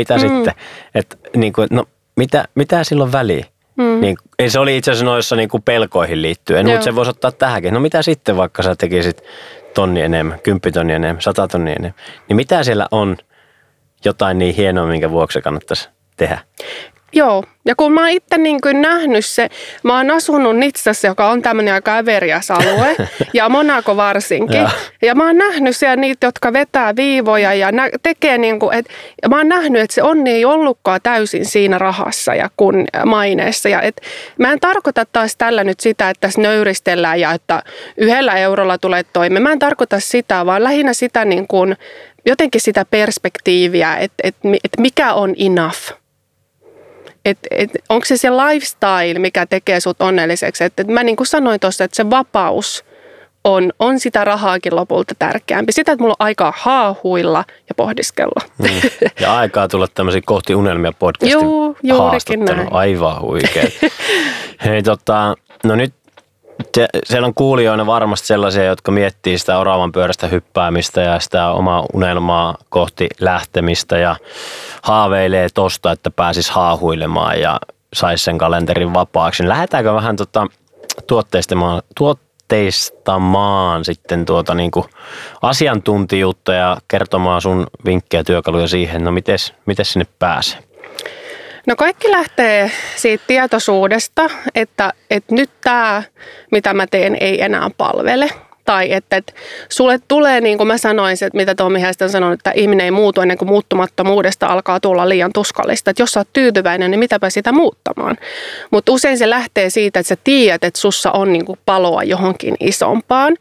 Että niin kuin, no mitä silloin väliä? Niin, se oli itse asiassa noissa niin kuin pelkoihin liittyen, mutta se voisi ottaa tähänkin. No mitä sitten, vaikka sä tekisit 1 enemmän, 10 enemmän, 100 enemmän. Niin mitä siellä on jotain niin hienoa, minkä vuoksi se kannattaisi tehdä? Joo, ja kun mä oon itse niin kuin nähnyt se, mä oon asunut Nitsassa, joka on tämmöinen aika äveriäs alue, ja Monaco varsinkin. Ja mä oon nähnyt siellä niitä, jotka vetää viivoja ja tekee niin kuin, ja mä oon nähnyt, että se onni ei ollutkaan täysin siinä rahassa ja kun maineessa. Ja mä en tarkoita taas tällä nyt sitä, että tässä nöyristellään ja että 1 eurolla tulee toimeen. Mä en tarkoita sitä, vaan lähinnä sitä niin kuin, jotenkin sitä perspektiiviä, että mikä on enough. Onko se lifestyle, mikä tekee sut onnelliseksi? Mä niin kuin sanoin tuossa, että se vapaus on sitä rahaakin lopulta tärkeämpi. Sitä, että mulla on aikaa haahuilla ja pohdiskella. Ja aikaa tulla tämmöisiä kohti unelmia podcastin haastattelu. Aivan huikeet. Hei no nyt siellä on kuulijoina varmasti sellaisia, jotka miettii sitä oravan pyörästä hyppäämistä ja sitä omaa unelmaa kohti lähtemistä ja haaveilee tosta, että pääsisi haahuilemaan ja saisi sen kalenterin vapaaksi. Lähdetäänkö vähän tuotteistamaan sitten niinku asiantuntijuutta ja kertomaan sun vinkkejä, työkaluja siihen, no miten sinne pääsee? No kaikki lähtee siitä tietoisuudesta, että nyt tämä, mitä mä teen, ei enää palvele. Tai että sulle tulee, niin kuin mä sanoin, että mitä Tommi Häistä on sanonut, että ihminen ei muutu ennen kuin muuttumattomuudesta alkaa tulla liian tuskallista. Että jos sä oot tyytyväinen, niin mitäpä sitä muuttamaan. Mutta usein se lähtee siitä, että sä tiedät, että sussa on niin kuin paloa johonkin isompaan.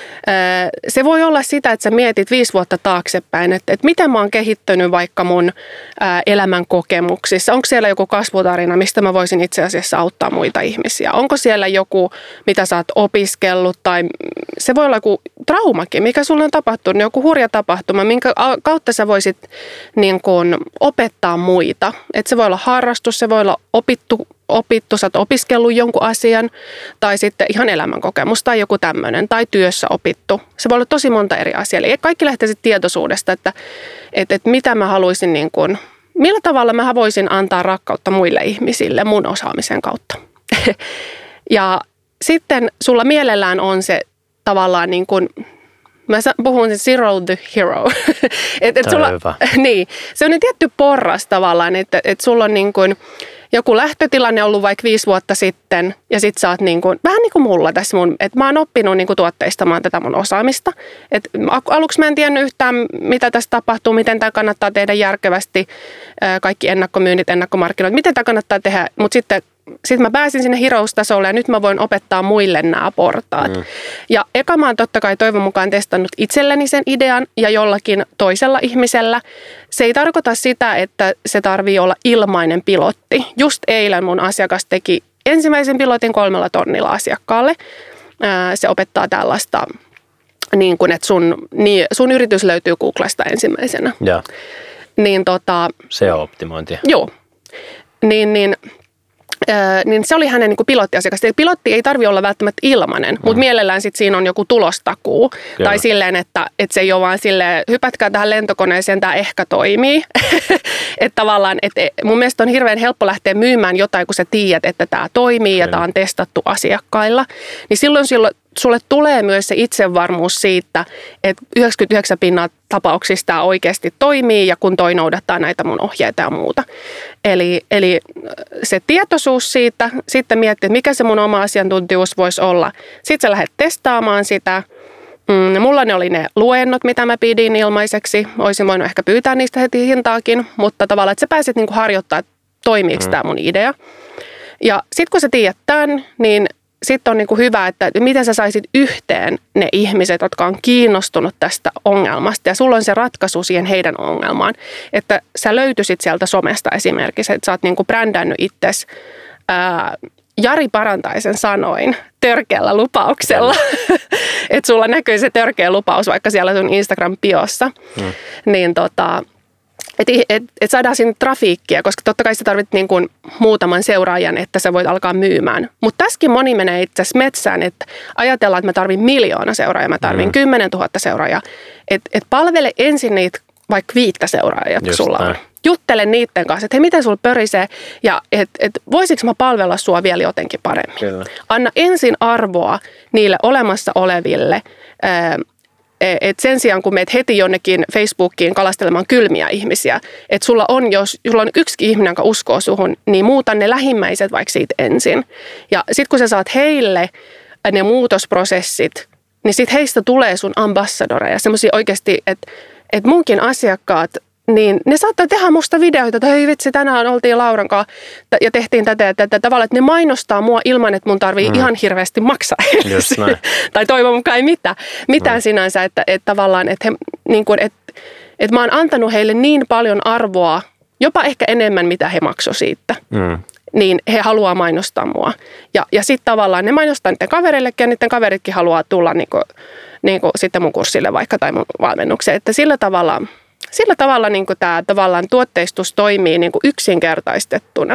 Se voi olla sitä, että sä mietit 5 vuotta taaksepäin, että miten mä oon kehittynyt vaikka mun elämän kokemuksissa. Onko siellä joku kasvutarina, mistä mä voisin itse asiassa auttaa muita ihmisiä? Onko siellä joku, mitä sä oot opiskellut, tai se voi olla joku traumakin, mikä sulle on tapahtunut, joku hurja tapahtuma, minkä kautta sä voisit niin kun opettaa muita. Että se voi olla harrastus, se voi olla opittu, sä oot opiskellut jonkun asian, tai sitten ihan elämänkokemus tai joku tämmöinen, tai työssä opittu. Se voi olla tosi monta eri asiaa. Eli kaikki lähtee sitten tietoisuudesta, että mitä mä haluaisin, niin kun, millä tavalla mä voisin antaa rakkautta muille ihmisille mun osaamisen kautta. Ja sitten sulla mielellään on se tavallaan niin kuin, mä puhun se zero the hero. Niin, se on tietty porras tavallaan, että sulla on niin kuin joku lähtötilanne ollut vaikka 5 vuotta sitten ja sit sä oot niin kuin, vähän niin kuin mulla tässä että mä oon oppinut niin kuin tuotteistamaan tätä mun osaamista. Et aluksi mä en tiennyt yhtään, mitä tässä tapahtuu, miten tämä kannattaa tehdä järkevästi, kaikki ennakkomyynnit, ennakkomarkkinoit, miten tämä kannattaa tehdä, mutta sitten mä pääsin sinne hirous-tasolle ja nyt mä voin opettaa muille nämä portaat. Ja eka mä oon totta kai toivon mukaan testannut itselleni sen idean ja jollakin toisella ihmisellä. Se ei tarkoita sitä, että se tarvii olla ilmainen pilotti. Just eilen mun asiakas teki ensimmäisen pilotin 3 000 asiakkaalle. Se opettaa tällaista, niin kuin, että sun yritys löytyy Googlesta ensimmäisenä. Ja. Niin, SEO-optimointia. Joo. Niin se oli hänen niin kuin pilottiasiakas. Pilotti ei tarvitse olla välttämättä ilmainen, mutta mielellään sit siinä on joku tulostakuu. Kyllä. Tai silleen, että se ei ole vaan silleen, hypätkää tähän lentokoneeseen, tämä ehkä toimii. Että tavallaan, mun mielestä on hirveän helppo lähteä myymään jotain, kun sä tiedät, että tämä toimii ja tämä on testattu asiakkailla. Niin silloin sulle tulee myös se itsevarmuus siitä, että 99% tapauksista tämä oikeasti toimii ja kun toi noudattaa näitä mun ohjeita ja muuta. Eli se tietoisuus siitä, sitten miettiä, että mikä se mun oma asiantuntijuus voisi olla. Sitten sä lähdet testaamaan sitä. Mulla ne oli ne luennot, mitä mä pidin ilmaiseksi. Olisin voinut ehkä pyytää niistä heti hintaakin, mutta tavallaan, että sä pääset niinku harjoittamaan, että toimiiko tämä mun idea. Ja sitten kun sä tiedät tämän, niin sitten on niinku hyvä, että miten sä saisit yhteen ne ihmiset, jotka on kiinnostunut tästä ongelmasta. Ja sulla on se ratkaisu siihen heidän ongelmaan. Että sä löytyisit sieltä somesta esimerkiksi, että sä oot niinku brändännyt itsesi Jari Parantaisen sanoin törkeällä lupauksella. Että sulla näkyy se törkeä lupaus vaikka siellä sun Instagram-biossa. Niin että saadaan sinne trafiikkia, koska totta kai sä tarvitset niin kuin muutaman seuraajan, että sä voit alkaa myymään. Mutta tässäkin moni menee itse asiassa metsään, että ajatellaan, että mä tarvin 1 000 000 seuraajaa, mä tarvin 10 000 seuraajaa. Että palvele ensin niitä vaikka 5 seuraajaa, jotka sulla on. Juttele niiden kanssa, että hei, miten sulla pörisee ja että voisiko mä palvella sua vielä jotenkin paremmin. Kyllä. Anna ensin arvoa niille olemassa oleville. Et sen sijaan, kun meet heti jonnekin Facebookiin kalastelemaan kylmiä ihmisiä, että jos sulla on yksi ihminen, joka uskoo suhun, niin muuta ne lähimmäiset vaikka siitä ensin. Ja sitten kun sä saat heille ne muutosprosessit, niin sitten heistä tulee sun ambassadoreja. Semmoisia oikeasti, että munkin asiakkaat, niin ne saattaa tehdä musta videoita, että hei vitsi, tänään oltiin Lauran kanssa ja tehtiin tätä tavalla, että ne mainostaa mua ilman, että mun tarvii ihan hirveästi maksaa. Tai toivon mukaan ei mitään sinänsä, että tavallaan, että mä oon antanut heille niin paljon arvoa, jopa ehkä enemmän, mitä he maksoi siitä. Niin he haluaa mainostaa mua. Ja sitten tavallaan ne mainostaa niiden kavereillekin ja niiden kaveritkin haluaa tulla niinku sitten mun kurssille vaikka tai mun valmennukseen. Että sillä tavalla niin tämä tavallaan tuotteistus toimii niin yksinkertaistettuna.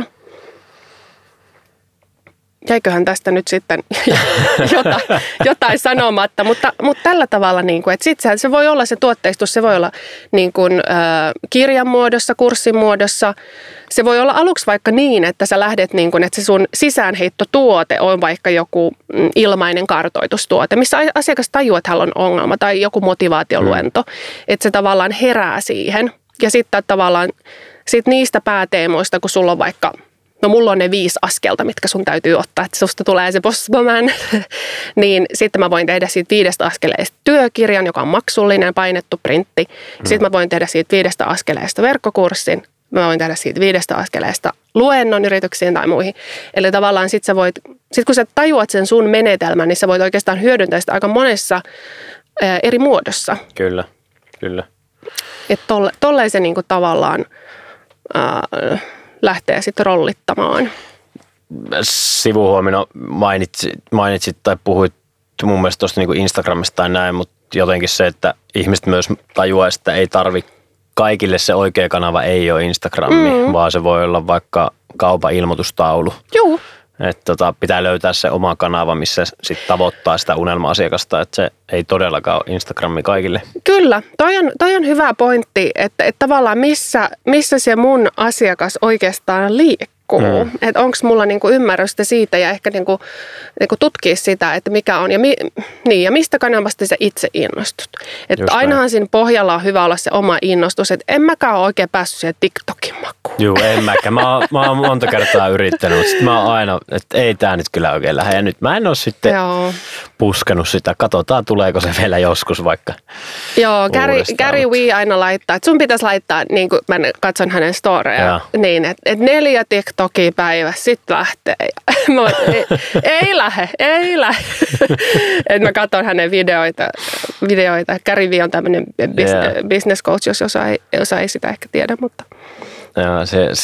Jäiköhän tästä nyt sitten jotain sanomatta, mutta tällä tavalla, niin kuin, että sitten se voi olla se tuotteistus, se voi olla niin kuin, kirjan muodossa, kurssin muodossa. Se voi olla aluksi vaikka niin, että sä lähdet, niin kuin, että se sun sisäänheittotuote on vaikka joku ilmainen kartoitustuote, missä asiakas tajuaa, että hänellä on ongelma tai joku motivaatioluento, että se tavallaan herää siihen. Ja sitten tavallaan niistä pääteemoista, kun sulla on vaikka no mulla on ne 5 askelta, mitkä sun täytyy ottaa, että susta tulee se bosswoman, niin sitten mä voin tehdä siitä 5 askeleesta työkirjan, joka on maksullinen, painettu printti. Sitten mä voin tehdä siitä 5 askeleesta verkkokurssin. Mä voin tehdä siitä 5 askeleesta luennon yrityksiin tai muihin. Eli tavallaan sit kun sä tajuat sen sun menetelmän, niin sä voit oikeastaan hyödyntää sitä aika monessa eri muodossa. Kyllä. Että tolleen se niinku tavallaan lähtee sitten rollittamaan. Sivuhuomina mainitsit tai puhuit mun mielestä tuosta niinku Instagramista tai näin, mutta jotenkin se, että ihmiset myös tajuaa, että ei tarvitse kaikille se oikea kanava ei ole Instagrami, vaan se voi olla vaikka kaupan ilmoitustaulu. Joo. Että pitää löytää se oma kanava, missä sitten tavoittaa sitä unelma-asiakasta, että se ei todellakaan ole Instagrami kaikille. Kyllä, toi on hyvä pointti, että tavallaan missä se mun asiakas oikeastaan liikkuu. Että onko mulla niinku ymmärrystä siitä ja ehkä niinku tutkia sitä, että mikä on ja mistä kanavasta sä itse innostut. Että ainahan siinä pohjalla on hyvä olla se oma innostus, että en mäkään ole oikein päässyt siihen TikTokin makuun. Joo, en mäkään. Mä oon monta kertaa yrittänyt, mutta mä oon aina, että ei tää nyt kyllä oikein lähde. Ja nyt mä en ole sitten puskenut sitä. Katsotaan, tuleeko se vielä joskus vaikka. Joo, Gary Vee aina laittaa, että sun pitäisi laittaa, niin kuin mä katson hänen storeja, niin että 4 TikTokia päivässä, sit lähtee. Ei lähde. Että mä katson hänen videoita. Gary Vee on tämmöinen business coach, jos osa ei sitä ehkä tiedä, mutta... Ja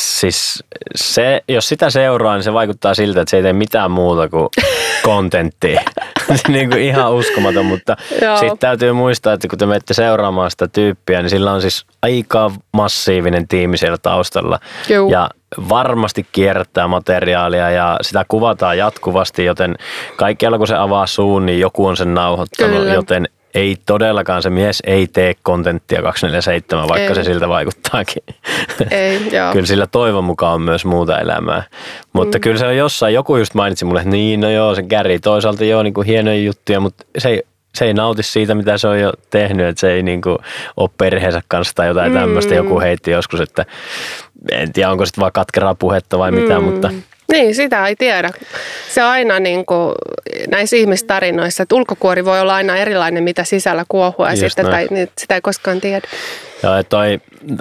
jos sitä seuraa, niin se vaikuttaa siltä, että se ei tee mitään muuta kuin kontenttia. Niin kuin ihan uskomaton, mutta sitten täytyy muistaa, että kun te menette seuraamaan sitä tyyppiä, niin sillä on siis aika massiivinen tiimi siellä taustalla. Joo. Ja varmasti kierrättää materiaalia ja sitä kuvataan jatkuvasti, joten kaikkialla kun se avaa suun, niin joku on sen nauhoittanut, kyllä. Joten ei todellakaan se mies ei tee kontenttia 24/7, vaikka se siltä vaikuttaakin. Ei, joo. Kyllä sillä toivon mukaan on myös muuta elämää. Mutta kyllä se on jossain, joku just mainitsi mulle, että niin, no joo, se Gary toisaalta joo niin kuin hienoja juttuja, mutta se ei nauti siitä, mitä se on jo tehnyt, että se ei niin kuin ole perheensä kanssa tai jotain tämmöistä. Joku heitti joskus, että en tiedä, onko sitten vaan katkeraa puhetta vai mitä, mutta... Niin, sitä ei tiedä. Se on aina niin kuin näissä ihmistarinoissa, että ulkokuori voi olla aina erilainen, mitä sisällä kuohuu ja sitten sitä ei koskaan tiedä. Joo, ja toi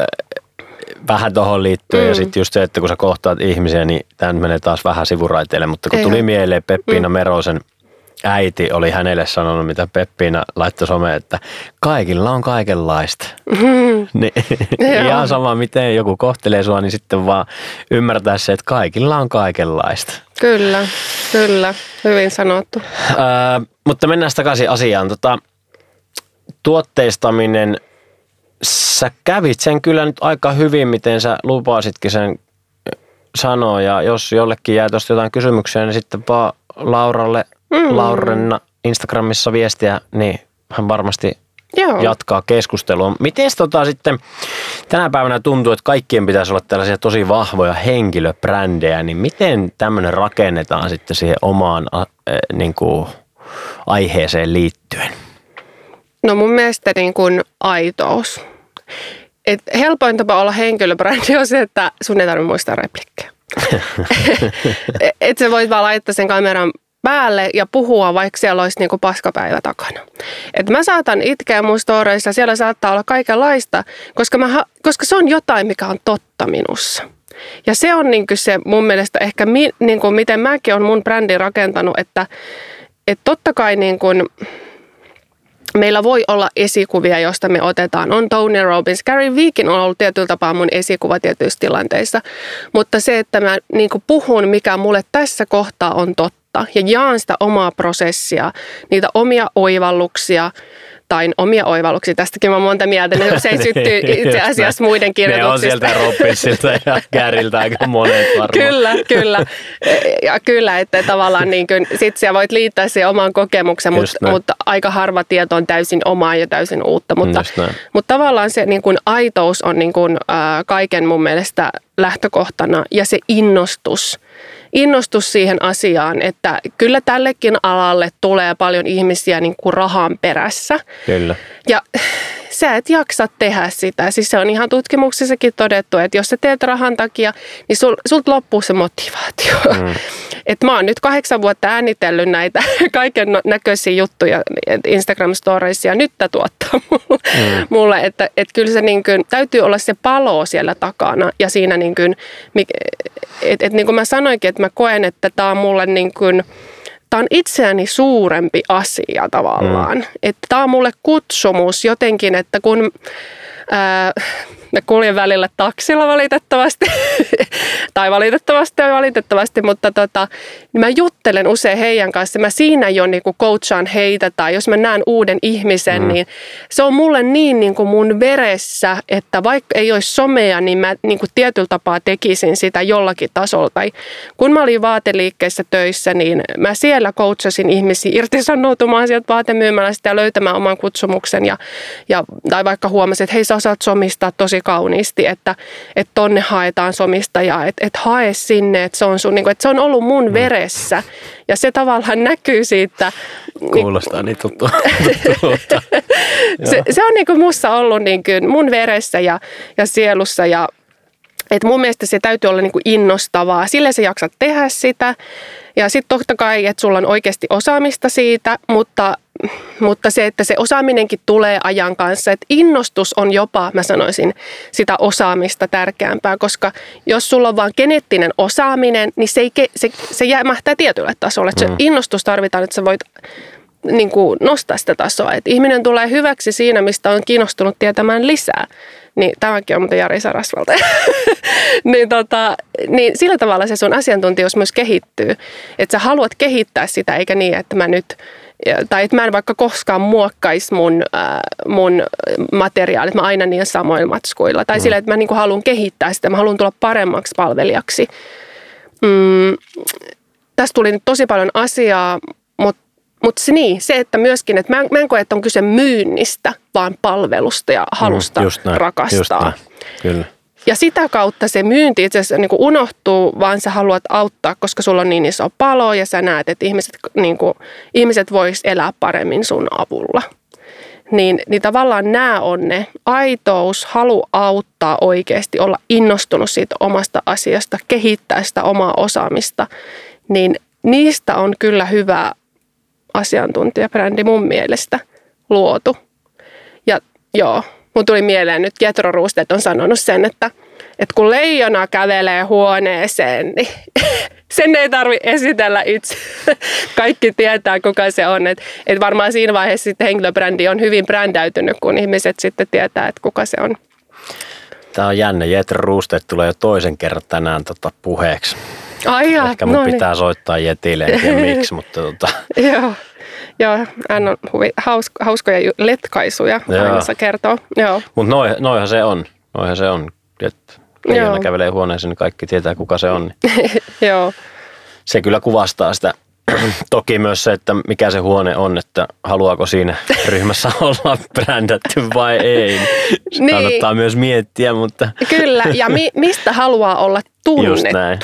vähän tuohon liittyy ja sitten just se, että kun sä kohtaat ihmisiä, niin tämä menee taas vähän sivuraiteille, mutta kun tuli mieleen Peppiina Merosen äiti oli hänelle sanonut, mitä Peppiina laittoi someen, että kaikilla on kaikenlaista. Niin, ihan sama, miten joku kohtelee sua, niin sitten vaan ymmärtää se, että kaikilla on kaikenlaista. Kyllä. Hyvin sanottu. Mutta mennään takaisin asiaan. Tuotteistaminen, sä kävit sen kyllä nyt aika hyvin, miten sä lupasitkin sen sanoa. Ja jos jollekin jää tuosta jotain kysymyksiä, niin sitten vaan Laurenna Instagramissa viestiä, niin hän varmasti jatkaa keskustelua. Miten sitten tänä päivänä tuntuu, että kaikkien pitäisi olla tällaisia tosi vahvoja henkilöbrändejä, niin miten tämmöinen rakennetaan sitten siihen omaan niin kuin aiheeseen liittyen? No mun mielestä niin kuin aitous. Helpoin tapa olla henkilöbrändi on se, että sun ei tarvitse muistaa replikkejä. Että sä voit vaan laittaa sen kameran päälle ja puhua, vaikka siellä olisi niinku paskapäivä takana. Et mä saatan itkeä mun storeissa, siellä saattaa olla kaikenlaista, koska se on jotain, mikä on totta minussa. Ja se on niinku se mun mielestä ehkä, niinku, miten mäkin olen mun brändin rakentanut, että totta kai niinku, meillä voi olla esikuvia, joista me otetaan. On Tony Robbins. Gary Veekin on ollut tietyllä tapaa mun esikuva tietyissä tilanteissa. Mutta se, että mä niinku puhun, mikä mulle tässä kohtaa on totta ja jaan sitä omaa prosessia, niitä omia oivalluksia, tästäkin mä oon monta mieltä, se ei syttyy itse asiassa muiden kirjoituksista. Ne on sieltä Robbinsilta ja Garyiltä aika monet varmaan. Kyllä, että tavallaan niin kuin, sit sä voit liittää siihen omaan kokemuksen, mutta aika harva tieto on täysin omaa ja täysin uutta. Mutta tavallaan se niin kuin aitous on niin kuin, kaiken mun mielestä lähtökohtana ja se innostus siihen asiaan, että kyllä tällekin alalle tulee paljon ihmisiä niin kuin rahan perässä. Kyllä. Ja sä et jaksa tehdä sitä. Siis se on ihan tutkimuksissakin todettu, että jos sä teet rahan takia, niin sulta loppuu se motivaatio. Et mä oon nyt 8 vuotta äänitellyt näitä kaiken näköisiä juttuja Instagram-storeissa ja nyt tää tuottaa mulle, että kyllä se niin kuin, täytyy olla se palo siellä takana ja siinä niin kuin, niin kuin mä sanoinkin, että mä koen, että tää on mulle niin kuin, tää on itseäni suurempi asia tavallaan. Että tää on mulle kutsumus jotenkin, että kun mä kuljen välillä taksilla valitettavasti, tai valitettavasti, mutta niin mä juttelen usein heidän kanssa. Mä siinä jo niinku coachaan heitä, tai jos mä näen uuden ihmisen, niin se on mulle niin kuin mun veressä, että vaikka ei olisi somea, niin mä niinku tietyllä tapaa tekisin sitä jollakin tasolla. Tai kun mä olin vaateliikkeessä töissä, niin mä siellä coachasin ihmisiä irtisanoutumaan sieltä vaatemyymälästä ja löytämään oman kutsumuksen. Tai vaikka huomasin, että hei, sä osaat somistaa tosi kauniisti, että tonne haetaan somistajaa, että hae sinne, että se on sun, että se on ollut mun veressä ja se tavallaan näkyy siitä. Kuulostaa niin tutulta. se on niin kuin musta ollut niin kuin mun veressä ja sielussa ja että mun mielestä se täytyy olla niin kuin innostavaa, sillä sä jaksat tehdä sitä ja sitten totta kai, että sulla on oikeasti osaamista siitä, mutta se, että se osaaminenkin tulee ajan kanssa, että innostus on jopa, mä sanoisin, sitä osaamista tärkeämpää, koska jos sulla on vaan geneettinen osaaminen, niin se jämähtää tietylle tasolle. Että se innostus tarvitaan, että sä voit niin kuin nostaa sitä tasoa. Että ihminen tulee hyväksi siinä, mistä on kiinnostunut tietämään lisää. Niin tämäkin on muuten Jari Sarasvalta. niin sillä tavalla se sun asiantuntijuus myös kehittyy. Että sä haluat kehittää sitä, eikä niin, että että mä en vaikka koskaan muokkaisi mun materiaalit, mä aina niin samoilla matskuilla. Tai sillä, että mä niinku haluan kehittää sitä, mä haluan tulla paremmaksi palvelijaksi. Tästä tuli nyt tosi paljon asiaa, mutta se, että myöskin, että mä en koe, että on kyse myynnistä, vaan palvelusta ja halusta rakastaa. Kyllä. Ja sitä kautta se myynti itse asiassa niin kuin unohtuu, vaan sä haluat auttaa, koska sulla on niin iso palo ja sä näet, että ihmiset vois elää paremmin sun avulla. Niin tavallaan nämä on ne aitous, halu auttaa oikeasti, olla innostunut siitä omasta asiasta, kehittää sitä omaa osaamista, niin niistä on kyllä hyvä asiantuntijabrändi mun mielestä luotu. Ja joo, mun tuli mieleen nyt Jethro Roosted on sanonut sen, että kun leijona kävelee huoneeseen, niin sen ei tarvitse esitellä itse. Kaikki tietää, kuka se on. Et varmaan siinä vaiheessa sitten henkilöbrändi on hyvin brändäytynyt, kun ihmiset sitten tietää, että kuka se on. Tämä on jännä. Jethro Roosted tulee jo toisen kerran tänään puheeksi. Ehkä mun pitää soittaa Jetille, en tiedä miksi, mutta Joo, hän on hauskoja letkaisuja, aina se kertoo. Mutta noihan se on. Että leijona kävelee huoneeseen, niin kaikki tietää, kuka se on. Joo. Se kyllä kuvastaa sitä. Toki myös se, että mikä se huone on, että haluaako siinä ryhmässä olla brändätty vai ei. Se kannattaa myös miettiä, mutta... Kyllä, ja mistä haluaa olla tunnettu. Just näin.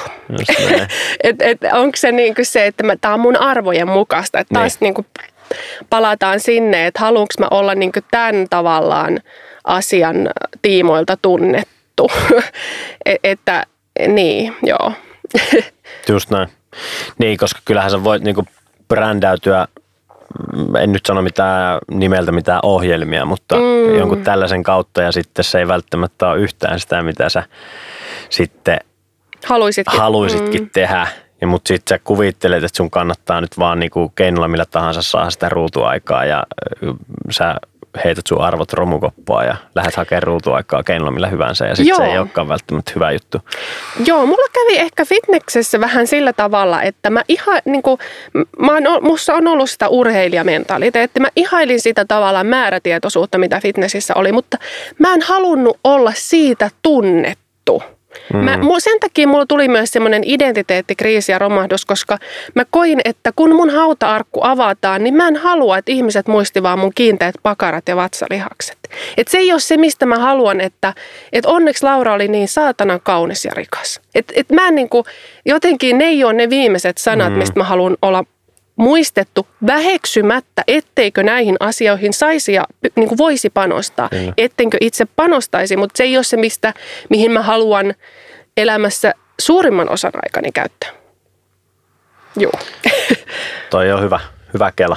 Onko se niinku se, että tämä on mun arvojen mukaista, että taas niinku palataan sinne, että haluanko mä olla niinku tämän tavallaan asian tiimoilta tunnettu. Että niin, joo. Just näin. Niin, koska kyllähän sä voit niinku brändäytyä, en nyt sano mitään nimeltä mitään ohjelmia, mutta jonkun tällaisen kautta ja sitten se ei välttämättä ole yhtään sitä, mitä sä sitten haluisitkin tehdä. Mutta sitten sä kuvittelet, että sun kannattaa nyt vaan niinku keinolla millä tahansa saa sitä ruutuaikaa ja sä heität sun arvot romukoppaa ja lähdet hakemaan ruutuaikaa keinolla millä hyvänsä ja sitten se ei olekaan välttämättä hyvä juttu. Joo, mulla kävi ehkä fitneksessä vähän sillä tavalla, että mä ihan niinku, musta on ollut sitä urheilijamentaliteettia. Mä ihailin sitä tavallaan määrätietoisuutta, mitä fitnessissä oli, mutta mä en halunnut olla siitä tunnettu. Sen takia mulla tuli myös semmoinen identiteettikriisi ja romahdus, koska mä koin, että kun mun hauta-arkku avataan, niin mä en halua, että ihmiset muisti vaan mun kiinteät pakarat ja vatsalihakset. Että se ei ole se, mistä mä haluan, että onneksi Laura oli niin saatanan kaunis ja rikas. Että mä en niinku, jotenkin ne ei ole ne viimeiset sanat, mistä mä haluan olla muistettu väheksymättä, etteikö näihin asioihin saisi ja niin kuin voisi panostaa. Ettenkö itse panostaisi, mutta se ei ole se, mihin mä haluan elämässä suurimman osan aikani käyttää. Joo. Toi on hyvä kela.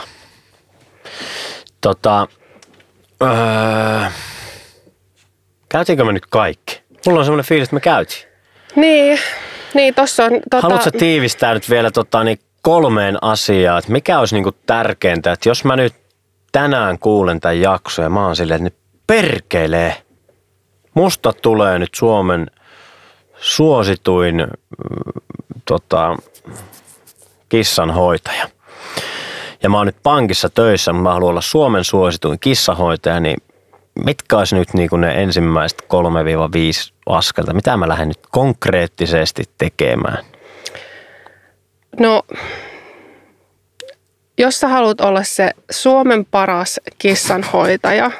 Käytiinkö me nyt kaikki? Mulla on semmoinen fiilis, että me käytiin. Niin tossa on... Haluatko tiivistää nyt vielä 3 asiaa, että mikä olisi niinku tärkeintä, että jos mä nyt tänään kuulen tämän jakson ja mä oon silleen, että nyt perkelee. Musta tulee nyt Suomen suosituin kissanhoitaja. Ja mä oon nyt pankissa töissä, mutta mä haluan olla Suomen suosituin kissanhoitaja, niin mitkä olisi nyt niinku ne ensimmäiset 3-5 askelta? Mitä mä lähden nyt konkreettisesti tekemään? No, jos sä haluat olla se Suomen paras kissanhoitaja,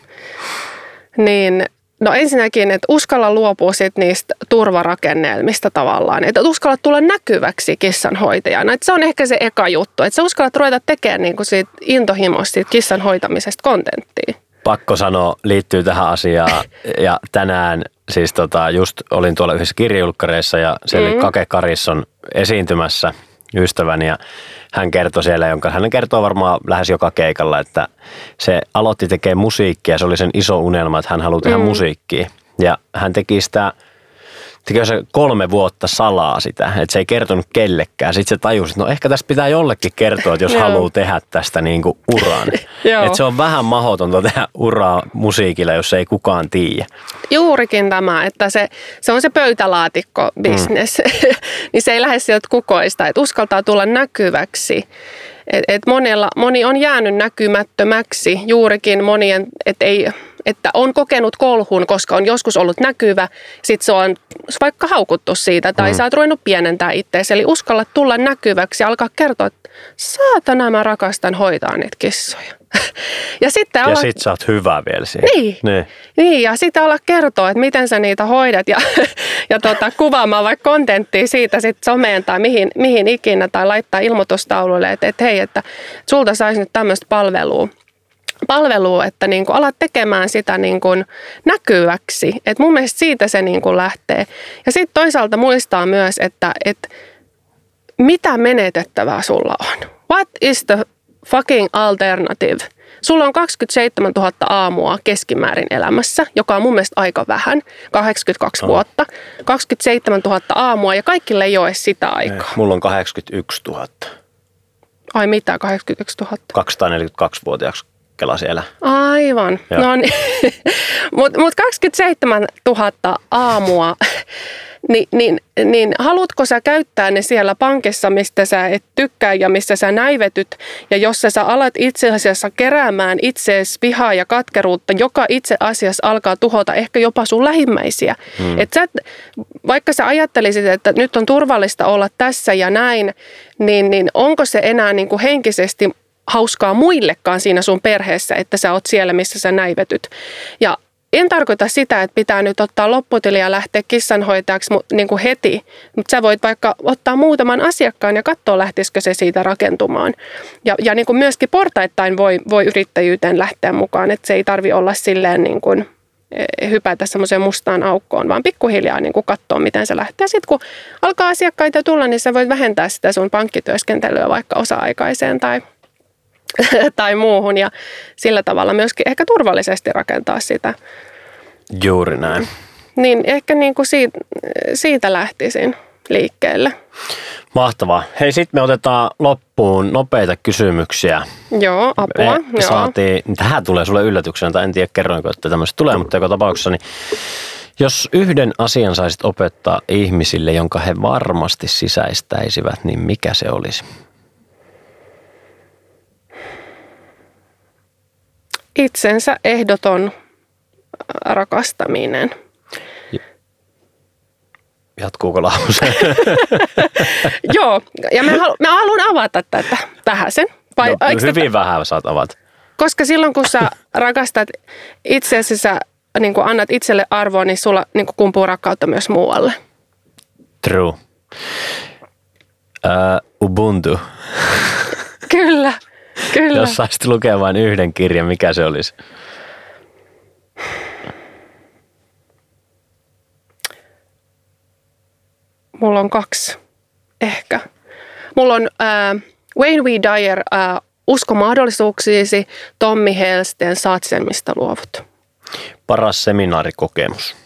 niin no ensinnäkin, että uskalla luopua sit niistä turvarakennelmista tavallaan. Että uskalla tulla näkyväksi kissanhoitajana. Että se on ehkä se eka juttu. Että sä uskallat ruveta tekemään niinku siitä intohimosta siitä kissan hoitamisesta kontenttia. Pakko sanoa, liittyy tähän asiaan. Ja tänään siis just olin tuolla yhdessä kirjajulkkareissa ja siellä oli Kake Karisson esiintymässä ystäväni ja hän kertoi siellä, hän kertoo varmaan lähes joka keikalla, että se aloitti tekemään musiikkia. Se oli sen iso unelma, että hän haluaa tehdä musiikkia. Ja hän teki se 3 vuotta salaa sitä, että se ei kertonut kellekään. Sitten se tajusi, että no ehkä tässä pitää jollekin kertoa, että jos haluaa tehdä tästä niinku uran. Että se on vähän mahdotonta tehdä uraa musiikilla, jos ei kukaan tiedä. Juurikin tämä, että se on se pöytälaatikko-business. Niin se ei lähde sieltä kukoista, että uskaltaa tulla näkyväksi. Moni on jäänyt näkymättömäksi juurikin monien, että on kokenut kolhun, koska on joskus ollut näkyvä, sitten se on vaikka haukuttu siitä tai sä oot ruvennut pienentää itseäsi. Eli uskalla tulla näkyväksi ja alkaa kertoa, että saatana mä rakastan hoitaa niitä kissoja. Ja sitten sä oot hyvä vielä siinä. Niin, ja sitten olla kertoa, että miten sä niitä hoidat ja kuvaamaan vaikka kontenttia siitä sitten someen tai mihin ikinä tai laittaa ilmoitustaululle, että hei, että sulta saisi nyt tämmöistä palvelua, että niin kuin alat tekemään sitä niin kuin näkyväksi. Et mun mielestä siitä se niin kuin lähtee. Ja sitten toisaalta muistaa myös, että mitä menetettävää sulla on. What is the fucking alternative? Sulla on 27 000 aamua keskimäärin elämässä, joka on mun mielestä aika vähän, 82 vuotta. 27 000 aamua ja kaikille ei ole sitä aikaa. Mulla on 81 000. Ai mitä, 81 000? 242-vuotiaaksi kela siellä. Aivan. No niin. Mut 27 000 aamua, niin haluatko sä käyttää ne siellä pankissa, mistä sä et tykkää ja missä sä näivetyt, ja jos sä alat itse asiassa keräämään itseesi vihaa ja katkeruutta, joka itse asiassa alkaa tuhota ehkä jopa sun lähimmäisiä. Vaikka sä ajattelisit, että nyt on turvallista olla tässä ja näin, niin onko se enää niin kuin henkisesti hauskaa muillekaan siinä sun perheessä, että sä oot siellä, missä sä näivetyt. Ja en tarkoita sitä, että pitää nyt ottaa lopputili ja lähteä kissanhoitajaksi niin kuin heti, mutta sä voit vaikka ottaa muutaman asiakkaan ja katsoa, lähtisikö se siitä rakentumaan. Ja niin kuin myöskin portaittain voi yrittäjyyteen lähteä mukaan, että se ei tarvi olla silleen niin kuin hypätä semmoiseen mustaan aukkoon, vaan pikkuhiljaa niin kuin katsoa, miten se lähtee. Sitten kun alkaa asiakkaita tulla, niin sä voit vähentää sitä sun pankkityöskentelyä vaikka osa-aikaiseen tai muuhun ja sillä tavalla myöskin ehkä turvallisesti rakentaa sitä. Juuri näin. Niin ehkä niin kuin siitä lähtisin liikkeelle. Mahtavaa. Hei, sitten me otetaan loppuun nopeita kysymyksiä. Joo, apua. Me saatiin, tähän tulee sulle yllätyksenä, tai en tiedä kerroinko, että tämmöistä tulee, mutta joka tapauksessa, niin jos yhden asian saisit opettaa ihmisille, jonka he varmasti sisäistäisivät, niin mikä se olisi? Itsensä ehdoton rakastaminen. Jatkuuko lause? Joo, ja mä haluan avata tätä vähäsen. Hyvin vähän saat avata. Koska silloin, kun sä rakastat itseäsi, sä niin kun annat itselle arvoa, niin sulla niin kun kumpuu rakkautta myös muualle. True. Ubuntu. Kyllä. Jos saisit lukea vain yhden kirjan, mikä se olisi? Mulla on 2, ehkä. Mulla on Wayne W. Dyer, Usko mahdollisuuksiisi, Tommi Helsten, Saat sen, mistä luovut. Paras seminaarikokemus.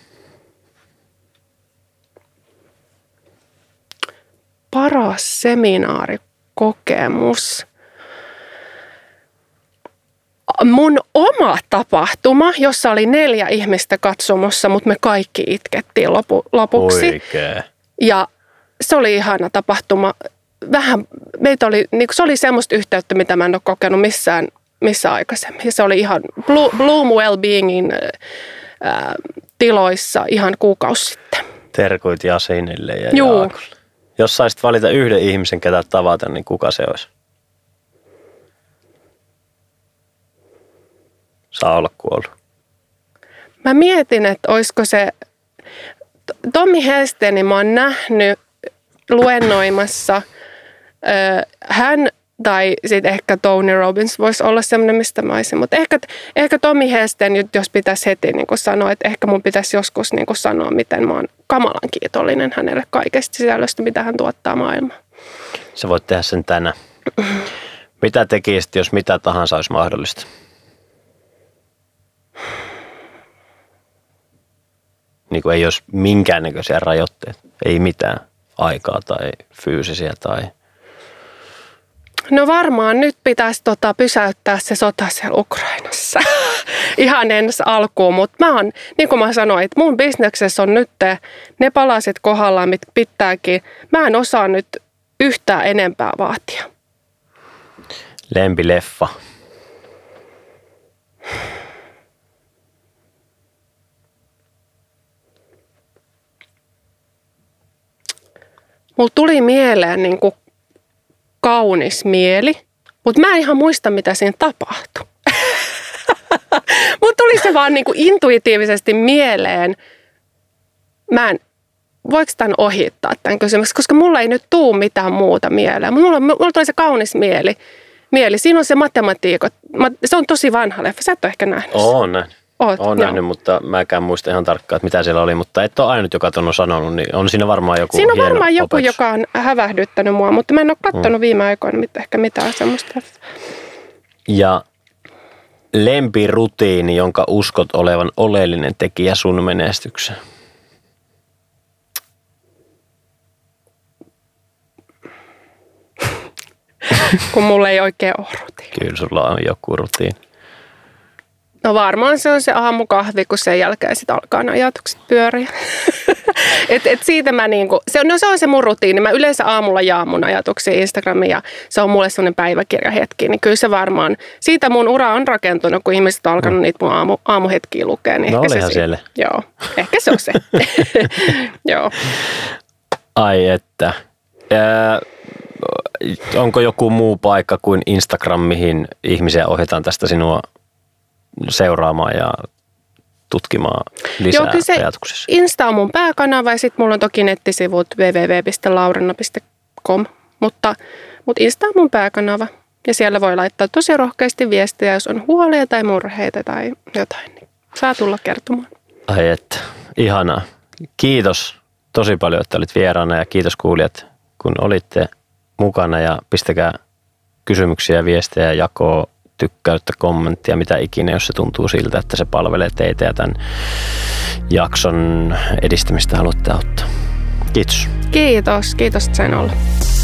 Paras seminaarikokemus. Mun oma tapahtuma, jossa oli 4 ihmistä katsomossa, mutta me kaikki itkettiin lopuksi. Oikein. Ja se oli ihana tapahtuma. Meitä oli, niin se oli semmoista yhteyttä, mitä mä en ole kokenut missä aikaisemmin. Ja se oli ihan Bloom Wellbeingin tiloissa ihan kuukausi sitten. Terkuit Jasinille ja Jaakolle. Jos saisit valita yhden ihmisen, ketä tavata, niin kuka se olisi? Saa olla kuollut. Mä mietin, että olisiko se Tommi Helstenin mä oon nähnyt luennoimassa. Hän tai sitten ehkä Tony Robbins voisi olla semmoinen, mistä mä olisin. Mutta ehkä Tommi Helsten, jos pitäisi heti niin sanoa, että ehkä mun pitäisi joskus niin sanoa, miten mä oon kamalan kiitollinen hänelle kaikesta sisällöstä, mitä hän tuottaa maailmaan. Sä voit tehdä sen tänään. Mitä tekisit, jos mitä tahansa olisi mahdollista? Niin kuin ei olisi minkäännäköisiä rajoitteita. Ei mitään aikaa tai fyysisiä tai... No varmaan nyt pitäisi pysäyttää se sota siellä Ukrainassa ihan ensi alkuun, mutta mä oon, niin kuin mä sanoin, että mun bisneksessä on nyt ne palaset kohdallaan, mitkä pitääkin. Mä en osaa nyt yhtään enempää vaatia. Lempileffa. Mulla tuli mieleen niin kuin Kaunis mieli, mutta mä en ihan muista, mitä siinä tapahtui. Mut tuli se vaan niin kuin intuitiivisesti mieleen. Voiko tämän ohittaa tämän kysymyksen, koska mulla ei nyt tuu mitään muuta mieleen. Mulla tuli se Kaunis mieli. Siinä on se matematiikka. Se on tosi vanha leffa. Sä et ole ehkä nähnyt. Oon nähnyt. Olen nähnyt, mutta mä en muista ihan tarkkaan, että mitä siellä oli. Mutta et ole ainut, joka on sanonut, niin on siinä varmaan joku Siinä on varmaan joku, opetus. joka on hävähdyttänyt mua, mutta mä en ole katsonut viime aikoina ehkä mitään semmoista. Ja lempirutiini, jonka uskot olevan oleellinen tekijä sun menestykseen. Kun mulla ei oikein ole rutiini. Kyllä sulla on joku rutiini. No varmaan se on se aamukahvi, kun sen jälkeen sitten alkaa ne ajatukset pyöriä. et siitä mä niinku, se on se mun rutiini. Mä yleensä aamulla jaan mun ajatuksia Instagramiin ja se on mulle semmoinen päiväkirjahetki. Niin kyllä se varmaan, siitä mun ura on rakentunut, kun ihmiset on alkanut niitä mun aamuhetkiä lukea. Niin no ehkä olihan se siellä. Joo, ehkä se on se. Joo. Ai että. Onko joku muu paikka kuin Instagram, mihin ihmisiä ohjataan tästä sinua seuraamaan ja tutkimaan lisää ajatuksissa? Insta on mun pääkanava ja sitten mulla on toki nettisivut www.laurenna.com, mutta Insta on mun pääkanava ja siellä voi laittaa tosi rohkeasti viestejä, jos on huolia tai murheita tai jotain, niin saa tulla kertomaan. Ai että, ihanaa. Kiitos tosi paljon, että olit vieraana ja kiitos kuulijat, kun olitte mukana ja pistäkää kysymyksiä, viestejä, jakoa, tykkäyttä, kommenttia, mitä ikinä, jos se tuntuu siltä, että se palvelee teitä ja tämän jakson edistämistä haluatte auttaa. Kiitos. Kiitos, että sain olla.